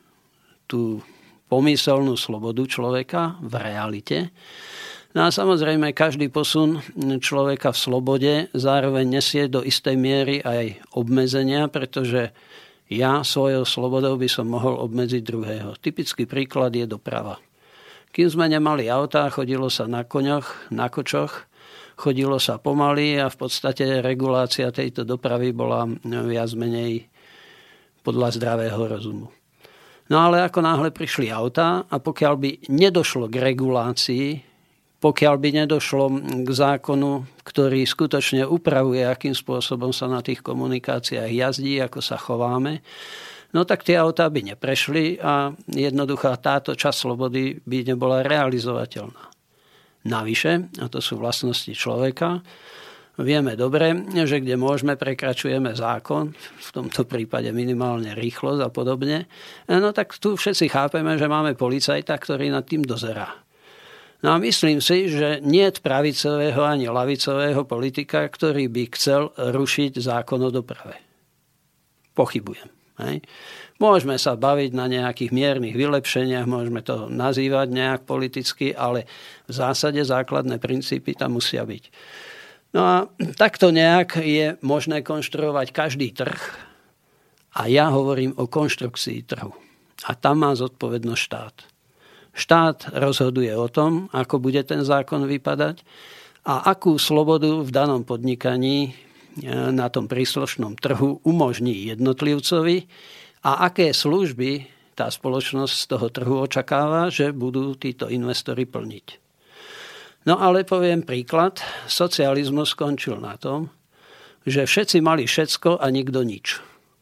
tú pomyselnú slobodu človeka v realite. No a samozrejme, každý posun človeka v slobode zároveň nesie do istej miery aj obmedzenia, pretože ja svojou slobodou by som mohol obmedziť druhého. Typický príklad je doprava. Kým sme nemali autá, chodilo sa na koňoch, na kočoch, chodilo sa pomaly a v podstate regulácia tejto dopravy bola viac menej podľa zdravého rozumu. No ale ako náhle prišli autá a pokiaľ by nedošlo k regulácii, pokiaľ by nedošlo k zákonu, ktorý skutočne upravuje, akým spôsobom sa na tých komunikáciách jazdí, ako sa chováme, no tak tie autá by neprešli a jednoduchá táto časť slobody by nebola realizovateľná. Navyše, a to sú vlastnosti človeka, vieme dobre, že kde môžeme, prekračujeme zákon, v tomto prípade minimálne rýchlosť a podobne, no tak tu všetci chápeme, že máme policajta, ktorý nad tým dozerá. No a myslím si, že niet pravicového ani ľavicového politika, ktorý by chcel rušiť zákon o doprave. Pochybujem. Hej. Môžeme sa baviť na nejakých miernych vylepšeniach, môžeme to nazývať nejak politicky, ale v zásade základné princípy tam musia byť. No a takto nejak je možné konštruovať každý trh a ja hovorím o konštrukcii trhu. A tam má zodpovednosť štát. Štát rozhoduje o tom, ako bude ten zákon vypadať a akú slobodu v danom podnikaní na tom príslušnom trhu umožní jednotlivcovi a aké služby tá spoločnosť z toho trhu očakáva, že budú títo investori plniť. No ale poviem príklad. Socializmus skončil na tom, že všetci mali všetko a nikto nič.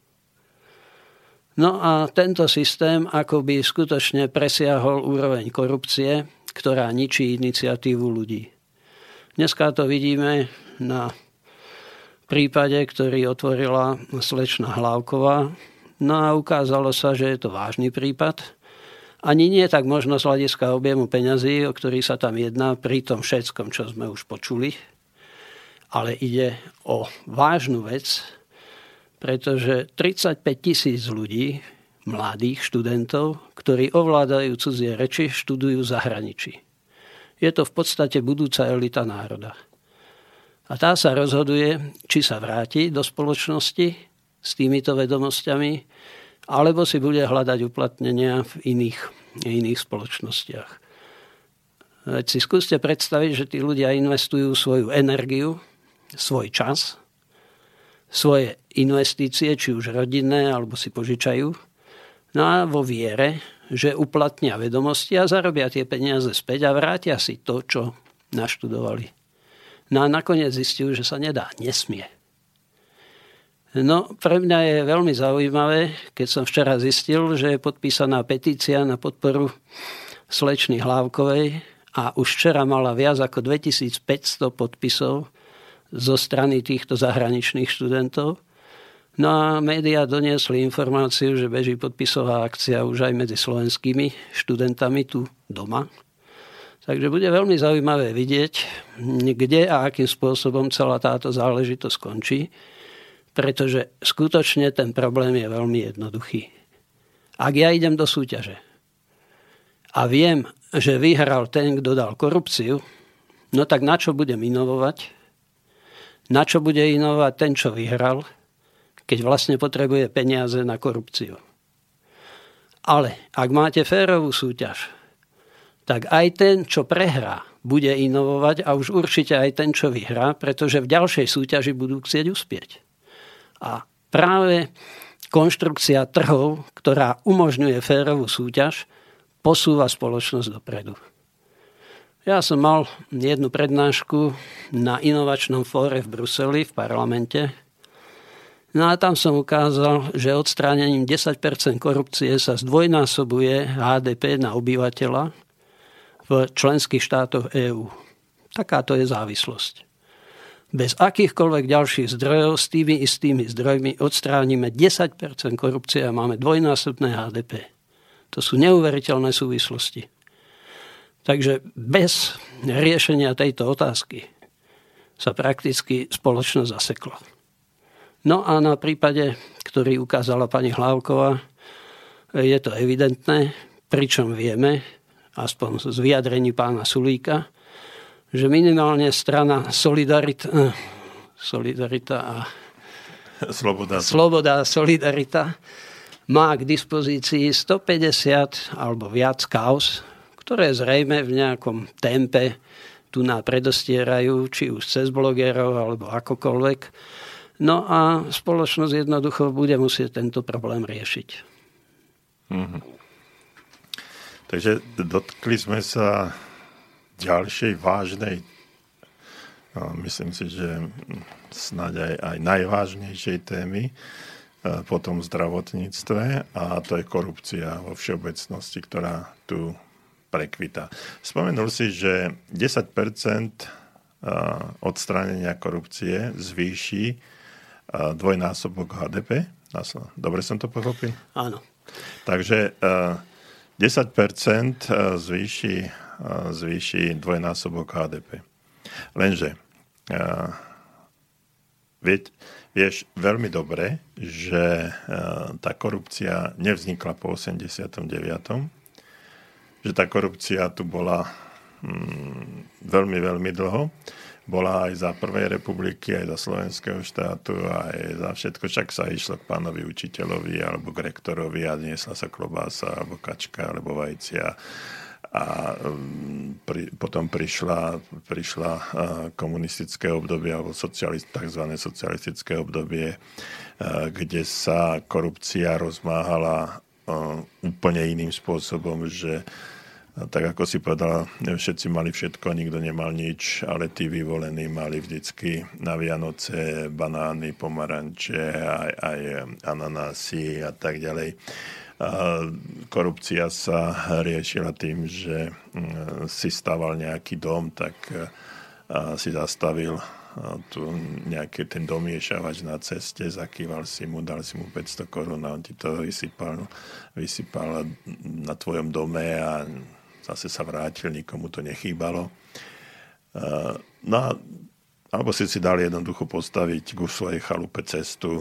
No a tento systém akoby skutočne presiahol úroveň korupcie, ktorá ničí iniciatívu ľudí. Dneska to vidíme na prípade, ktorý otvorila slečna Hlávková. No a ukázalo sa, že je to vážny prípad. Ani nie tak možno z hľadiska objemu peňazí, o ktorých sa tam jedná, pri tom všetkom, čo sme už počuli. Ale ide o vážnu vec, pretože 35 000 ľudí, mladých študentov, ktorí ovládajú cudzie reči, študujú v zahraničí. Je to v podstate budúca elita národa. A tá sa rozhoduje, či sa vráti do spoločnosti s týmito vedomosťami, alebo si bude hľadať uplatnenia v iných spoločnostiach. Veď si skúste predstaviť, že tí ľudia investujú svoju energiu, svoj čas svoje investície, či už rodinné, alebo si požičajú. No a vo viere, že uplatnia vedomosti a zarobia tie peniaze späť a vrátia si to, čo naštudovali. No a nakoniec zistil, že sa nedá, nesmie. No, pre mňa je veľmi zaujímavé, keď som včera zistil, že je podpísaná petícia na podporu slečny Hlávkovej a už včera mala viac ako 2500 podpisov zo strany týchto zahraničných študentov. No a médiá doniesli informáciu, že beží podpisová akcia už aj medzi slovenskými študentami tu doma. Takže bude veľmi zaujímavé vidieť, kde a akým spôsobom celá táto záležitosť skončí, pretože skutočne ten problém je veľmi jednoduchý. Ak ja idem do súťaže a viem, že vyhral ten, kto dal korupciu, no tak na čo budem inovovať? Na čo bude inovovať ten, čo vyhral, keď vlastne potrebuje peniaze na korupciu? Ale ak máte férovú súťaž, tak aj ten, čo prehrá, bude inovovať a už určite aj ten, čo vyhrá, pretože v ďalšej súťaži budú chcieť uspieť. A práve konštrukcia trhov, ktorá umožňuje férovú súťaž, posúva spoločnosť dopredu. Ja som mal jednu prednášku na inovačnom fóre v Bruseli, v parlamente. No a tam som ukázal, že odstránením 10% korupcie sa zdvojnásobuje HDP na obyvateľa v členských štátoch EÚ. Takáto je závislosť. Bez akýchkoľvek ďalších zdrojov s tými istými zdrojmi odstránime 10% korupcie a máme dvojnásobné HDP. To sú neuveriteľné súvislosti. Takže bez riešenia tejto otázky sa prakticky spoločnosť zasekla. No a na prípade, ktorý ukázala pani Hlávková, je to evidentné, pričom vieme, aspoň z vyjadrení pána Sulíka, že minimálne strana Solidarita a Sloboda a Solidarita má k dispozícii 150 alebo viac kauz, ktoré zrejme v nejakom tempe tu nám predostierajú, či už cez blogerov alebo akokoľvek. No a spoločnosť jednoducho bude musieť tento problém riešiť. Mhm. Takže dotkli sme sa ďalšej vážnej, myslím si, že snáď aj najvážnejšej témy po tom zdravotníctve, a to je korupcia vo všeobecnosti, ktorá tu prekvita. Spomenul si, že 10% odstránenia korupcie zvýši dvojnásobok HDP. Dobre som to pochopil? Áno. Takže 10% zvýši dvojnásobok HDP. Lenže vieš veľmi dobre, že tá korupcia nevznikla po 89. Že tá korupcia tu bola veľmi, veľmi dlho. Bola aj za Prvej republiky, aj za Slovenského štátu, aj za všetko. Však sa išlo k pánovi učiteľovi alebo k rektorovi a niesla sa klobása, alebo kačka, alebo vajcia. A potom prišla komunistické obdobie alebo tzv. Socialistické obdobie, kde sa korupcia rozmáhala úplne iným spôsobom, že tak ako si povedal, všetci mali všetko, nikto nemal nič, ale tí vyvolení mali vždycky na Vianoce banány, pomaranče, aj ananásy a tak ďalej. Korupcia sa riešila tým, že si stával nejaký dom, tak si zastavil tu nejaký ten domiešavač na ceste, zakýval si mu, dal si mu 500 korún a on ti to vysypal na tvojom dome a zase sa vrátil, nikomu to nechýbalo. No, alebo si dal jednoducho postaviť ku svojej chalupe cestu.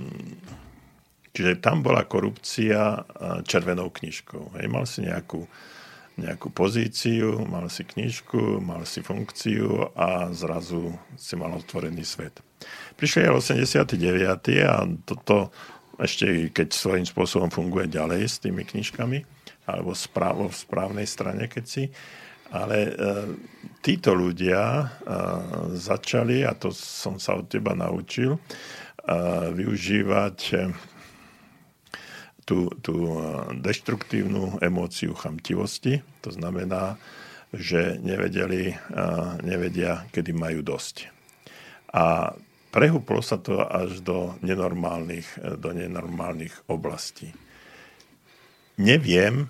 Čiže tam bola korupcia červenou knižkou. Mal si nejakú pozíciu, mal si knižku, mal si funkciu a zrazu si mal otvorený svet. Prišli aj 89. a toto ešte, keď svojím spôsobom funguje ďalej s tými knižkami, alebo v správnej strane, keď si. Ale títo ľudia začali, a to som sa od teba naučil, využívať tú deštruktívnu emóciu chamtivosti. To znamená, že nevedia, kedy majú dosť. A prehúplo sa to až do nenormálnych oblastí. Neviem,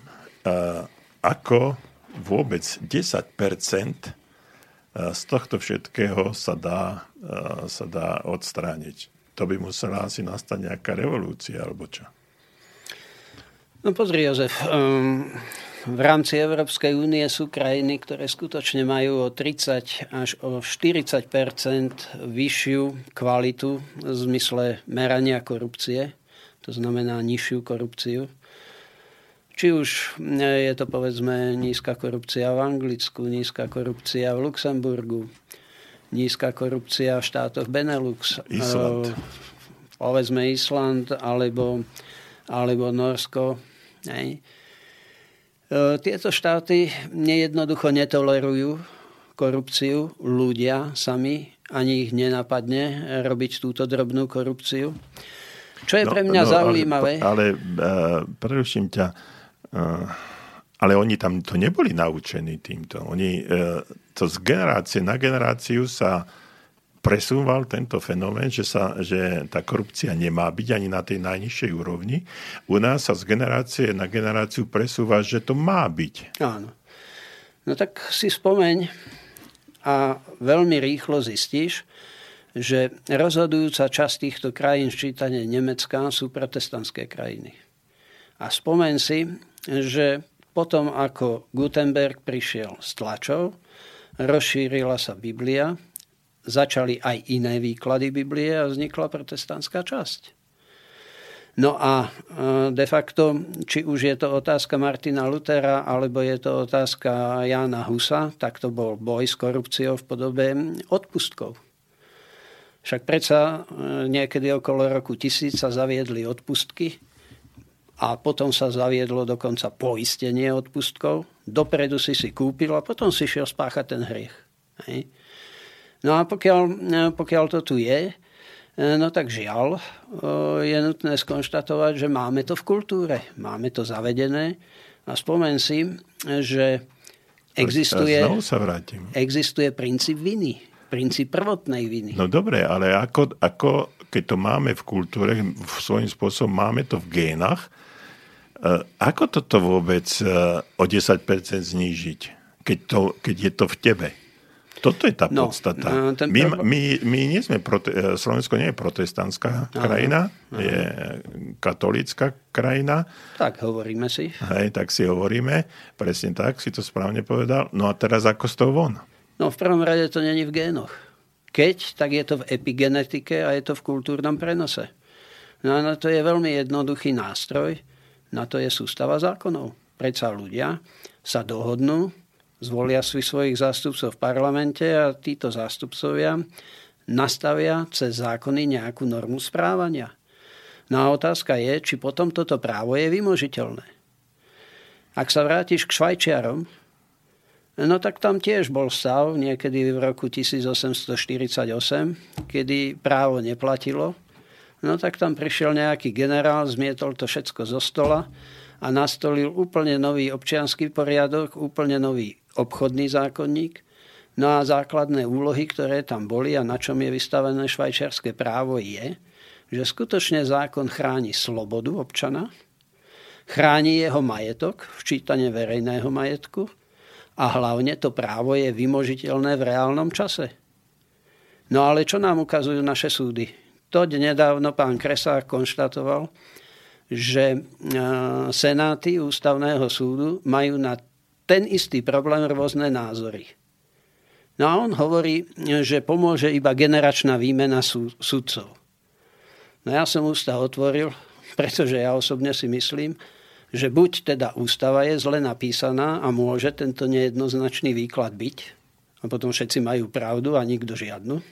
ako vôbec 10% z tohto všetkého sa dá odstrániť. To by musela asi nastať nejaká revolúcia, alebo čo? No pozri, Jozef, v rámci Európskej únie sú krajiny, ktoré skutočne majú o 30 až o 40% vyššiu kvalitu v zmysle merania korupcie, to znamená nižšiu korupciu. Či už je to, povedzme, nízka korupcia v Anglicku, nízka korupcia v Luxemburgu, nízka korupcia v štátoch Benelux. Island. Povedzme Island alebo Norsko. Hej. Tieto štáty nejednoducho netolerujú korupciu. Ľudia sami, ani ich nenapadne robiť túto drobnú korupciu. Čo je pre mňa zaujímavé. Ale preruším ťa. Ale oni tam to neboli naučení týmto. Oni to z generácie na generáciu sa presúval tento fenomén, že tá korupcia nemá byť ani na tej najnižšej úrovni. U nás sa z generácie na generáciu presúva, že to má byť. Áno. No tak si spomeň a veľmi rýchlo zistíš, že rozhodujúca časť týchto krajín, ščítane Nemecka, sú protestantské krajiny. A spomeň si, že potom, ako Gutenberg prišiel s tlačou, rozšírila sa Biblia, začali aj iné výklady Biblie a vznikla protestantská časť. No a de facto, či už je to otázka Martina Luthera, alebo je to otázka Jána Husa, tak to bol boj s korupciou v podobe odpustkov. Však predsa niekedy okolo roku 1000 sa zaviedli odpustky, a potom sa zaviedlo dokonca poistenie odpustkov. Dopredu si kúpil a potom si šiel spáchať ten hriech. Hej. No a pokiaľ to tu je, no tak žiaľ, je nutné skonštatovať, že máme to v kultúre. Máme to zavedené. A spomen si, že existuje princíp viny. Princíp prvotnej viny. No dobre, ale ako keď to máme v kultúre, svojím spôsobom máme to v génach, ako toto vôbec o 10% znížiť, keď je to v tebe? Toto je tá podstata. My nie sme, Slovensko nie je protestantská krajina, je katolícka krajina. Tak hovoríme si. Hej, tak si hovoríme, presne tak, si to správne povedal. No a teraz ako z toho von? No v prvom rade to není v génoch. Keď, tak je to v epigenetike a je to v kultúrnom prenose. No a to je veľmi jednoduchý nástroj, na to je sústava zákonov. Predsa ľudia sa dohodnú, zvolia si svojich zástupcov v parlamente a títo zástupcovia nastavia cez zákony nejakú normu správania. No a otázka je, či potom toto právo je vymožiteľné. Ak sa vrátiš k Švajčiarom, no tak tam tiež bol stav niekedy v roku 1848, kedy právo neplatilo. No tak tam prišiel nejaký generál, zmietol to všetko zo stola a nastolil úplne nový občiansky poriadok, úplne nový obchodný zákonník. No a základné úlohy, ktoré tam boli a na čom je vystavené švajčiarske právo je, že skutočne zákon chráni slobodu občana, chráni jeho majetok, včítane verejného majetku, a hlavne to právo je vymožiteľné v reálnom čase. No ale čo nám ukazujú naše súdy? Toť nedávno pán Kresák konštatoval, že senáty ústavného súdu majú na ten istý problém rôzne názory. No a on hovorí, že pomôže iba generačná výmena sudcov. No ja som ústa otvoril, pretože ja osobne si myslím, že buď teda ústava je zle napísaná a môže tento nejednoznačný výklad byť, a potom všetci majú pravdu a nikto žiadnu,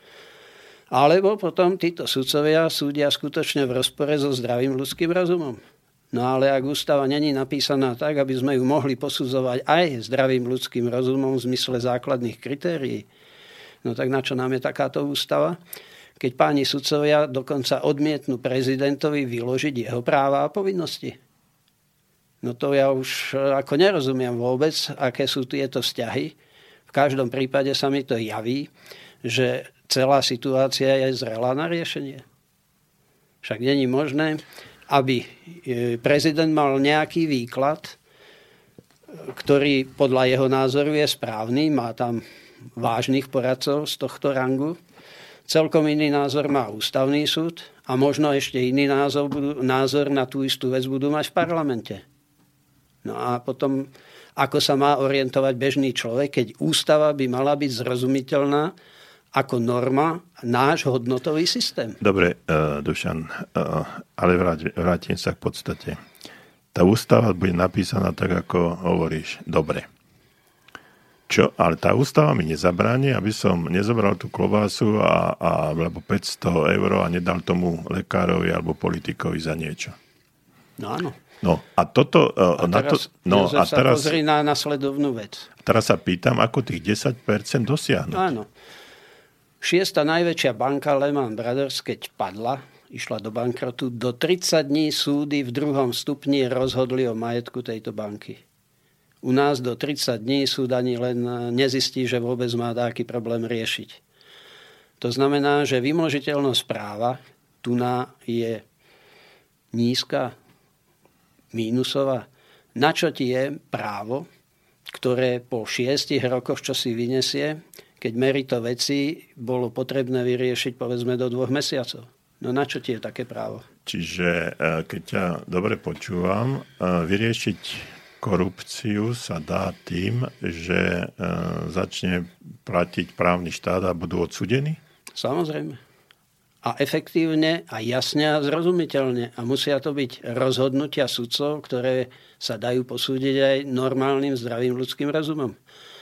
alebo potom títo sudcovia súdia skutočne v rozpore so zdravým ľudským rozumom. No ale ak ústava není napísaná tak, aby sme ju mohli posudzovať aj zdravým ľudským rozumom v zmysle základných kritérií, no tak na čo nám je takáto ústava? keď páni sudcovia dokonca odmietnú prezidentovi vyložiť jeho práva a povinnosti. No to ja už ako nerozumiem vôbec, aké sú tieto vzťahy. V každom prípade sa mi to javí, že celá situácia je zrelá na riešenie. Však není možné, aby prezident mal nejaký výklad, ktorý podľa jeho názoru je správny, má tam vážnych poradcov z tohto rangu. Celkom iný názor má ústavný súd a možno ešte iný názor na tú istú vec budú mať v parlamente. No a potom, ako sa má orientovať bežný človek, keď ústava by mala byť zrozumiteľná ako norma náš hodnotový systém. Dobre, Dušan, ale vrátim sa k podstate. Tá ústava bude napísaná tak, ako hovoríš. Dobre. Čo? Ale tá ústava mi nezabráni, aby som nezobral tú klobásu alebo 500 eur a nedal tomu lekárovi alebo politikovi za niečo. No áno. No a toto... teraz pozri na nasledovnú vec. Teraz sa pýtam, ako tých 10% dosiahnuť. Áno. 6. najväčšia banka Lehman Brothers, keď padla, išla do bankrotu, do 30 dní súdy v 2. stupni rozhodli o majetku tejto banky. U nás do 30 dní súd ani len nezistí, že vôbec má taký problém riešiť. To znamená, že vymožiteľnosť práva tu je nízka, mínusová. Na čo ti je právo, ktoré po 6 rokoch, čo si vyniesie, keď merito veci bolo potrebné vyriešiť povedzme do 2 mesiacov. No na čo ti je také právo? Čiže keď ťa dobre počúvam, vyriešiť korupciu sa dá tým, že začne platiť právny štát a budú odsúdení? Samozrejme. A efektívne a jasne a zrozumiteľne. A musia to byť rozhodnutia sudcov, ktoré sa dajú posúdiť aj normálnym, zdravým ľudským rozumom.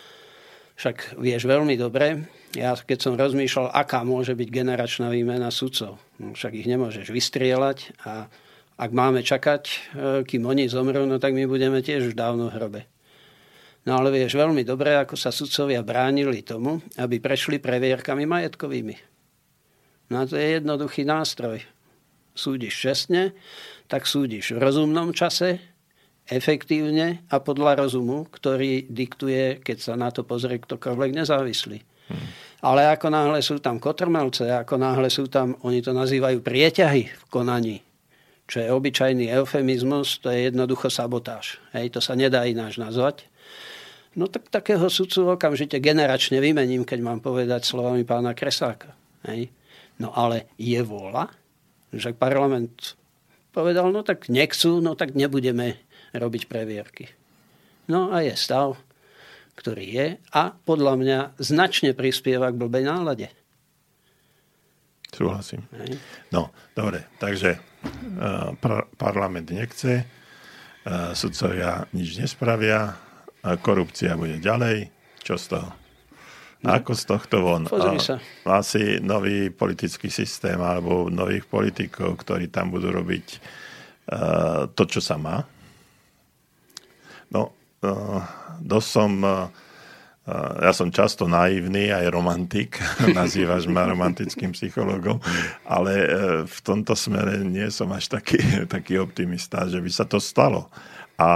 Však vieš veľmi dobre, ja keď som rozmýšľal, aká môže byť generačná výmena sudcov, však ich nemôžeš vystrieľať a ak máme čakať, kým oni zomrú, no tak my budeme tiež už dávno v hrobe. No ale vieš veľmi dobre, ako sa sudcovia bránili tomu, aby prešli previerkami majetkovými. No a to je jednoduchý nástroj. Súdiš čestne, tak súdiš v rozumnom čase, efektívne a podľa rozumu, ktorý diktuje, keď sa na to pozrie ktokoľvek nezávislý. Ale ako náhle sú tam kotrmelce, ako náhle sú tam, oni to nazývajú prieťahy v konaní, čo je obyčajný eufemizmus, to je jednoducho sabotáž. Hej, to sa nedá ináč nazvať. No tak takého sudcu okamžite generačne vymením, keď mám povedať slovami pána Kresáka. Hej. No ale je vôľa, že parlament povedal, no tak nechcú, no tak nebudeme robiť previerky. No a je stav, ktorý je a podľa mňa značne prispieva k blbej nálade. Súhlasím. No, dobre, takže parlament nechce, sudcovia nič nespravia, korupcia bude ďalej. Čo z toho? Ako z tohto von? Pozri sa. Asi nový politický systém alebo nových politikov, ktorí tam budú robiť to, čo sa má. No, ja som často naivný, aj romantik, nazývaš ma romantickým psychologom, ale v tomto smere nie som až taký optimista, že by sa to stalo. A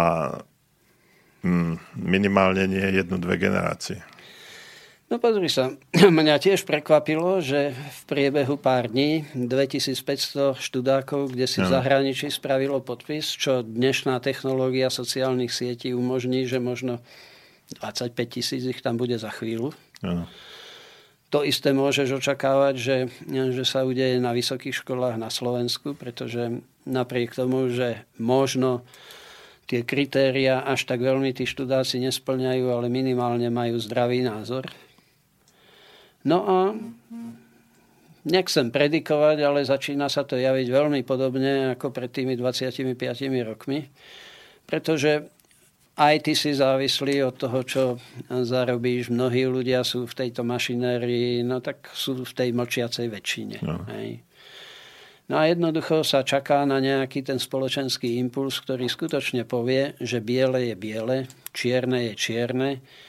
minimálne nie 1-2 generácie. No pozri sa, mňa tiež prekvapilo, že v priebehu pár dní 2500 študákov, kde si v zahraničí spravilo podpis, čo dnešná technológia sociálnych sietí umožní, že možno 25 000 ich tam bude za chvíľu. Ano. To isté môžeš očakávať, že sa udeje na vysokých školách na Slovensku, pretože napriek tomu, že možno tie kritéria až tak veľmi tí študáci nesplňajú, ale minimálne majú zdravý názor. No a nechcem predikovať, ale začína sa to javiť veľmi podobne ako pred tými 25 rokmi, pretože aj ty si závislý od toho, čo zarobíš. Mnohí ľudia sú v tejto mašinérii, no tak sú v tej mlčiacej väčšine. No. Hej. No a jednoducho sa čaká na nejaký ten spoločenský impuls, ktorý skutočne povie, že biele je biele, čierne je čierne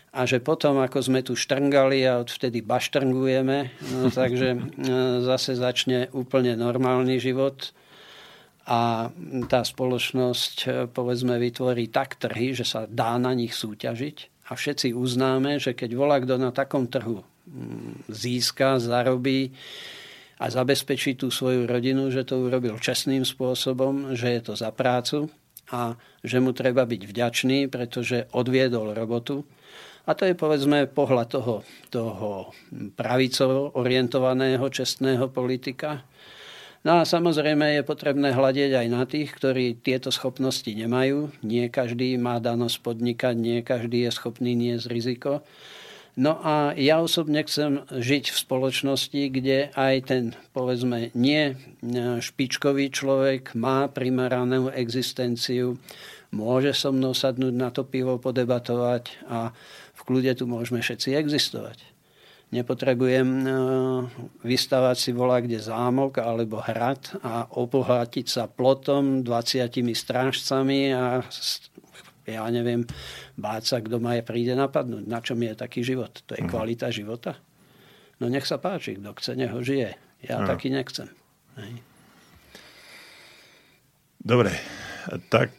a že potom, ako sme tu štrngali a odvtedy baštrngujeme, no, takže zase začne úplne normálny život a tá spoločnosť, povedzme, vytvorí tak trhy, že sa dá na nich súťažiť a všetci uznáme, že keď volakto na takom trhu získa, zarobí a zabezpečí tú svoju rodinu, že to urobil čestným spôsobom, že je to za prácu a že mu treba byť vďačný, pretože odviedol robotu. A to je, povedzme, pohľad toho pravicovo orientovaného čestného politika. No a samozrejme je potrebné hľadiť aj na tých, ktorí tieto schopnosti nemajú. Nie každý má danosť podnikať, nie každý je schopný niesť riziko. No a ja osobne chcem žiť v spoločnosti, kde aj ten, povedzme, nie špičkový človek má primeranú existenciu, môže so mnou sadnúť na to pivo, podebatovať a v kľude tu môžeme všetci existovať. Nepotrebujem vystavať si kde zámok alebo hrad a obohatiť sa plotom, 20 strážcami a ja neviem, báť sa, kto ma príde napadnúť. Na čom je taký život? To je kvalita života? No nech sa páči, kto chce, nech ho žije. Ja taký nechcem. Hej. Dobre, tak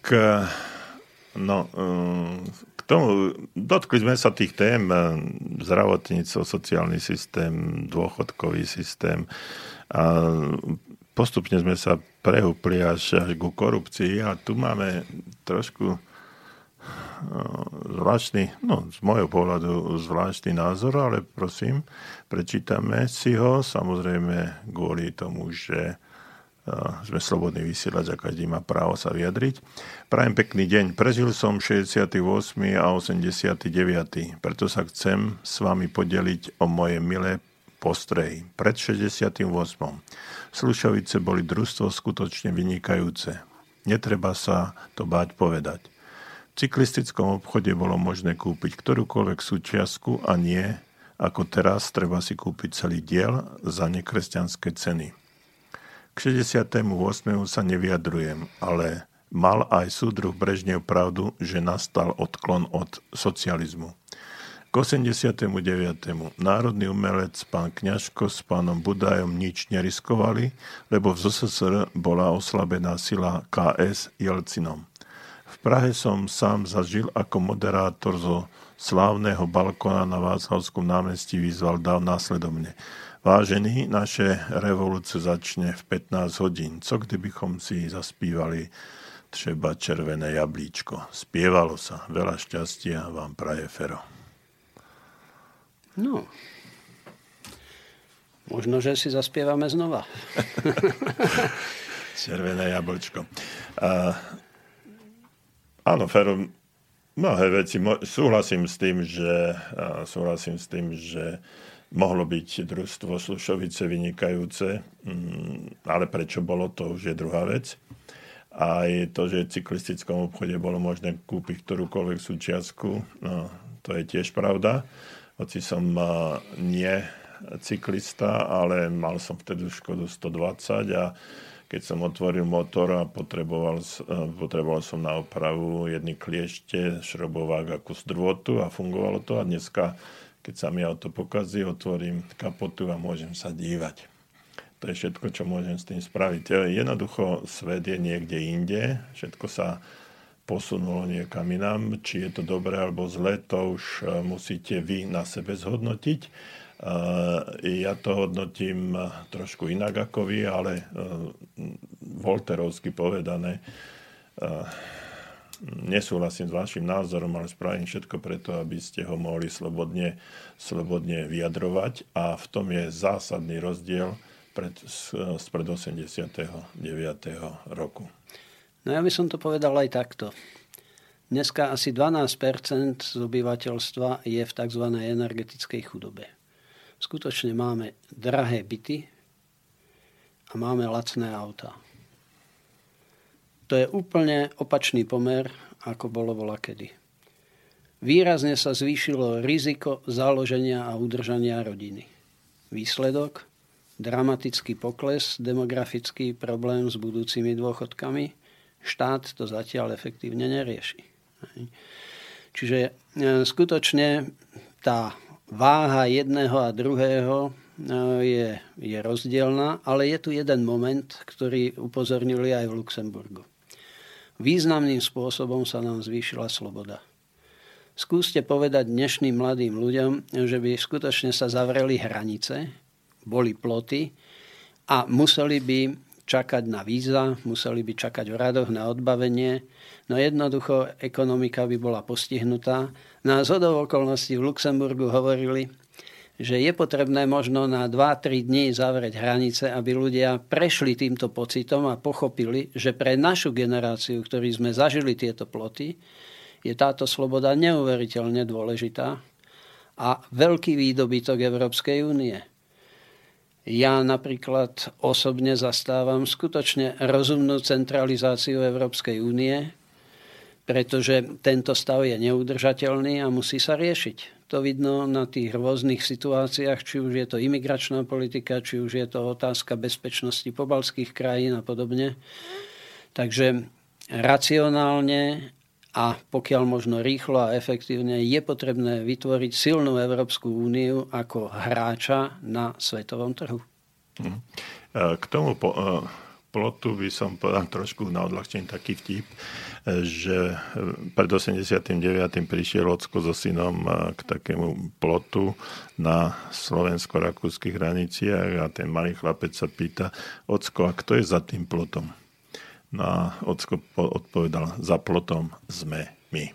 k tomu dotkli sme sa tých tém zdravotníctvo, sociálny systém, dôchodkový systém a postupne sme sa prehúpli až ku korupcii a tu máme trošku zvláštny, z môjho pohľadu zvláštny názor, ale prosím, prečítame si ho, samozrejme kvôli tomu, že sme slobodný vysielač a každý má právo sa vyjadriť. Prajem pekný deň. Prežil som 68. a 89. Preto sa chcem s vami podeliť o moje milé postrehy. Pred 68. Slušovice boli družstvo skutočne vynikajúce. Netreba sa to báť povedať. V cyklistickom obchode bolo možné kúpiť ktorúkoľvek súčiastku a nie, ako teraz, treba si kúpiť celý diel za nekresťanské ceny. K 68. sa nevyjadrujem, ale mal aj súdruh Brežnev pravdu, že nastal odklon od socializmu. K 89. národný umelec pán Kňažko s pánom Budajom nič neriskovali, lebo v ZSSR bola oslabená sila KS Jelcinom. V Prahe som sám zažil, ako moderátor zo slávneho balkóna na Václavskom námestí vyzval dal následovne. Vážení, naše revolúcia začne v 15 hodín. Co kdybychom si zaspívali třeba Červené jablíčko? Spievalo sa. Veľa šťastia vám praje Fero. No, možno, že si zaspievame znova. Červené jablčko. Áno, Fero, mnohé veci. Súhlasím s tým, že mohlo byť družstvo Slušovice vynikajúce, ale prečo bolo, to už je druhá vec. Aj to, že v cyklistickom obchode bolo možné kúpiť ktorúkoľvek súčiastku, to je tiež pravda. Hoci som nie cyklista, ale mal som vtedy Škodu 120 a keď som otvoril motor a potreboval som na opravu jedny kliešte, šrobovák a kus drôtu a fungovalo to a dneska, keď sa mi auto pokazí, otvorím kapotu a môžem sa dívať. To je všetko, čo môžem s tým spraviť. Jednoducho svet je niekde inde, všetko sa posunulo niekam inám. Či je to dobré alebo zlé, to už musíte vy na sebe zhodnotiť. Ja to hodnotím trošku inak ako vy, ale volterovsky povedané, nesúhlasím s vašim názorom, ale spravím všetko preto, aby ste ho mohli slobodne vyjadrovať a v tom je zásadný rozdiel spred 89. roku. No ja by som to povedal aj takto. Dneska asi 12% z obyvateľstva je v tzv. Energetickej chudobe. Skutočne máme drahé byty a máme lacné autá. To je úplne opačný pomer, ako bolo volakedy. Výrazne sa zvýšilo riziko založenia a udržania rodiny. Výsledok? Dramatický pokles, demografický problém s budúcimi dôchodkami. Štát to zatiaľ efektívne nerieši. Čiže skutočne tá váha jedného a druhého je rozdielna, ale je tu jeden moment, ktorý upozornili aj v Luxemburgu. Významným spôsobom sa nám zvýšila sloboda. Skúste povedať dnešným mladým ľuďom, že by skutočne sa zavreli hranice, boli ploty a museli by čakať na víza, museli by čakať v radoch na odbavenie, no jednoducho ekonomika by bola postihnutá. Na zhodou okolností v Luxemburgu hovorili, že je potrebné možno na 2-3 dní zavrieť hranice, aby ľudia prešli týmto pocitom a pochopili, že pre našu generáciu, ktorí sme zažili tieto ploty, je táto sloboda neuveriteľne dôležitá a veľký výdobytok Európskej únie. Ja napríklad osobne zastávam skutočne rozumnú centralizáciu Európskej únie, pretože tento stav je neudržateľný a musí sa riešiť. To vidno na tých rôznych situáciách, či už je to imigračná politika, či už je to otázka bezpečnosti pobaltských krajín a podobne. Takže racionálne a pokiaľ možno rýchlo a efektívne je potrebné vytvoriť silnú Európsku úniu ako hráča na svetovom trhu. K tomu plotu by som povedal trošku na odľahčenie taký vtip, že pred 89. prišiel ocko so synom k takému plotu na slovensko-rakúskych hraniciach a ten malý chlapec sa pýta: ocko, a kto je za tým plotom? No a ocko odpovedal: za plotom sme my.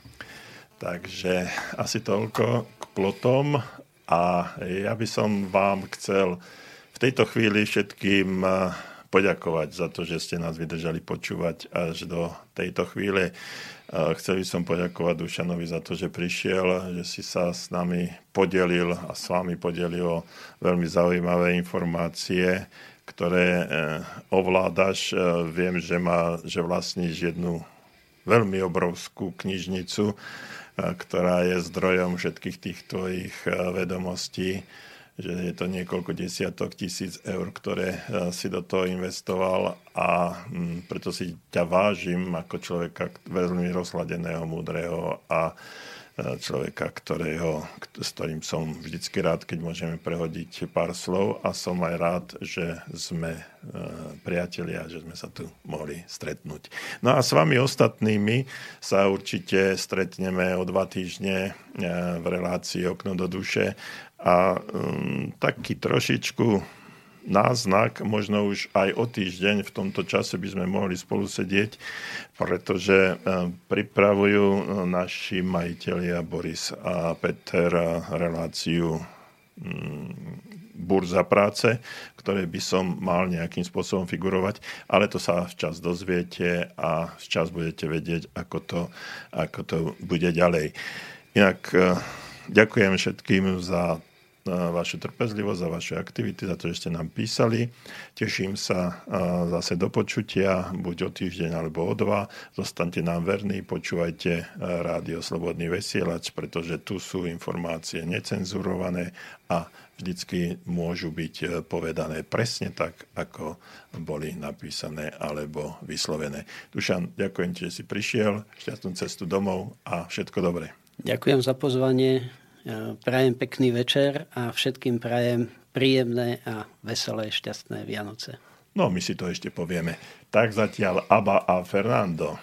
Takže asi toľko k plotom a ja by som vám chcel v tejto chvíli všetkým poďakovať za to, že ste nás vydržali počúvať až do tejto chvíle. Chcel by som poďakovať Dušanovi za to, že prišiel, že si sa s nami podelil a s vami podelil o veľmi zaujímavé informácie, ktoré ovládaš. Viem, že vlastníš jednu veľmi obrovskú knižnicu, ktorá je zdrojom všetkých tých tvojich vedomostí, že je to niekoľko desiatok tisíc eur, ktoré si do toho investoval a preto si ťa vážim ako človeka veľmi rozhladeného, múdreho a človeka, s ktorým som vždycky rád, keď môžeme prehodiť pár slov a som aj rád, že sme priatelia, že sme sa tu mohli stretnúť. No a s vami ostatnými sa určite stretneme o 2 týždne v relácii Okno do duše a taký trošičku náznak, možno už aj o týždeň v tomto čase by sme mohli spolu sedieť, pretože pripravujú naši majitelia Boris a Peter reláciu Burza práce, ktoré by som mal nejakým spôsobom figurovať, ale to sa včas dozviete a včas budete vedieť, ako to bude ďalej. Inak ďakujem všetkým za vašu trpezlivosť, za vaše aktivity, za to, že ste nám písali. Teším sa zase do počutia, buď o týždeň alebo o 2. Zostaňte nám verní, počúvajte Rádio Slobodný vysielač, pretože tu sú informácie necenzurované a vždycky môžu byť povedané presne tak, ako boli napísané alebo vyslovené. Dušan, ďakujem ti, že si prišiel, šťastnú cestu domov a všetko dobré. Ďakujem za pozvanie. Prajem pekný večer a všetkým prajem príjemné a veselé, šťastné Vianoce. No, my si to ešte povieme. Tak zatiaľ Abba a Fernando.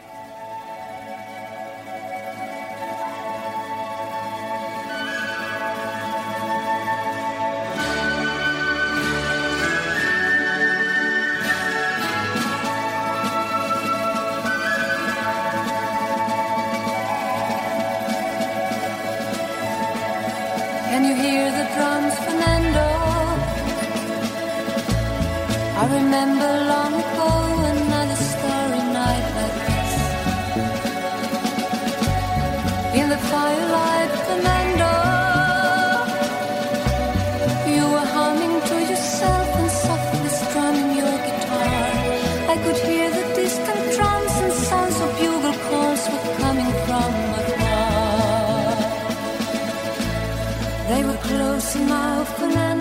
Can you hear the drums, Fernando? I remember long ago another starry night like this. In the firelight, Fernando, you were humming to yourself and softly strumming your guitar. I could hear the distant drums and sounds of bugle calls were coming from afar. They were close enough for now.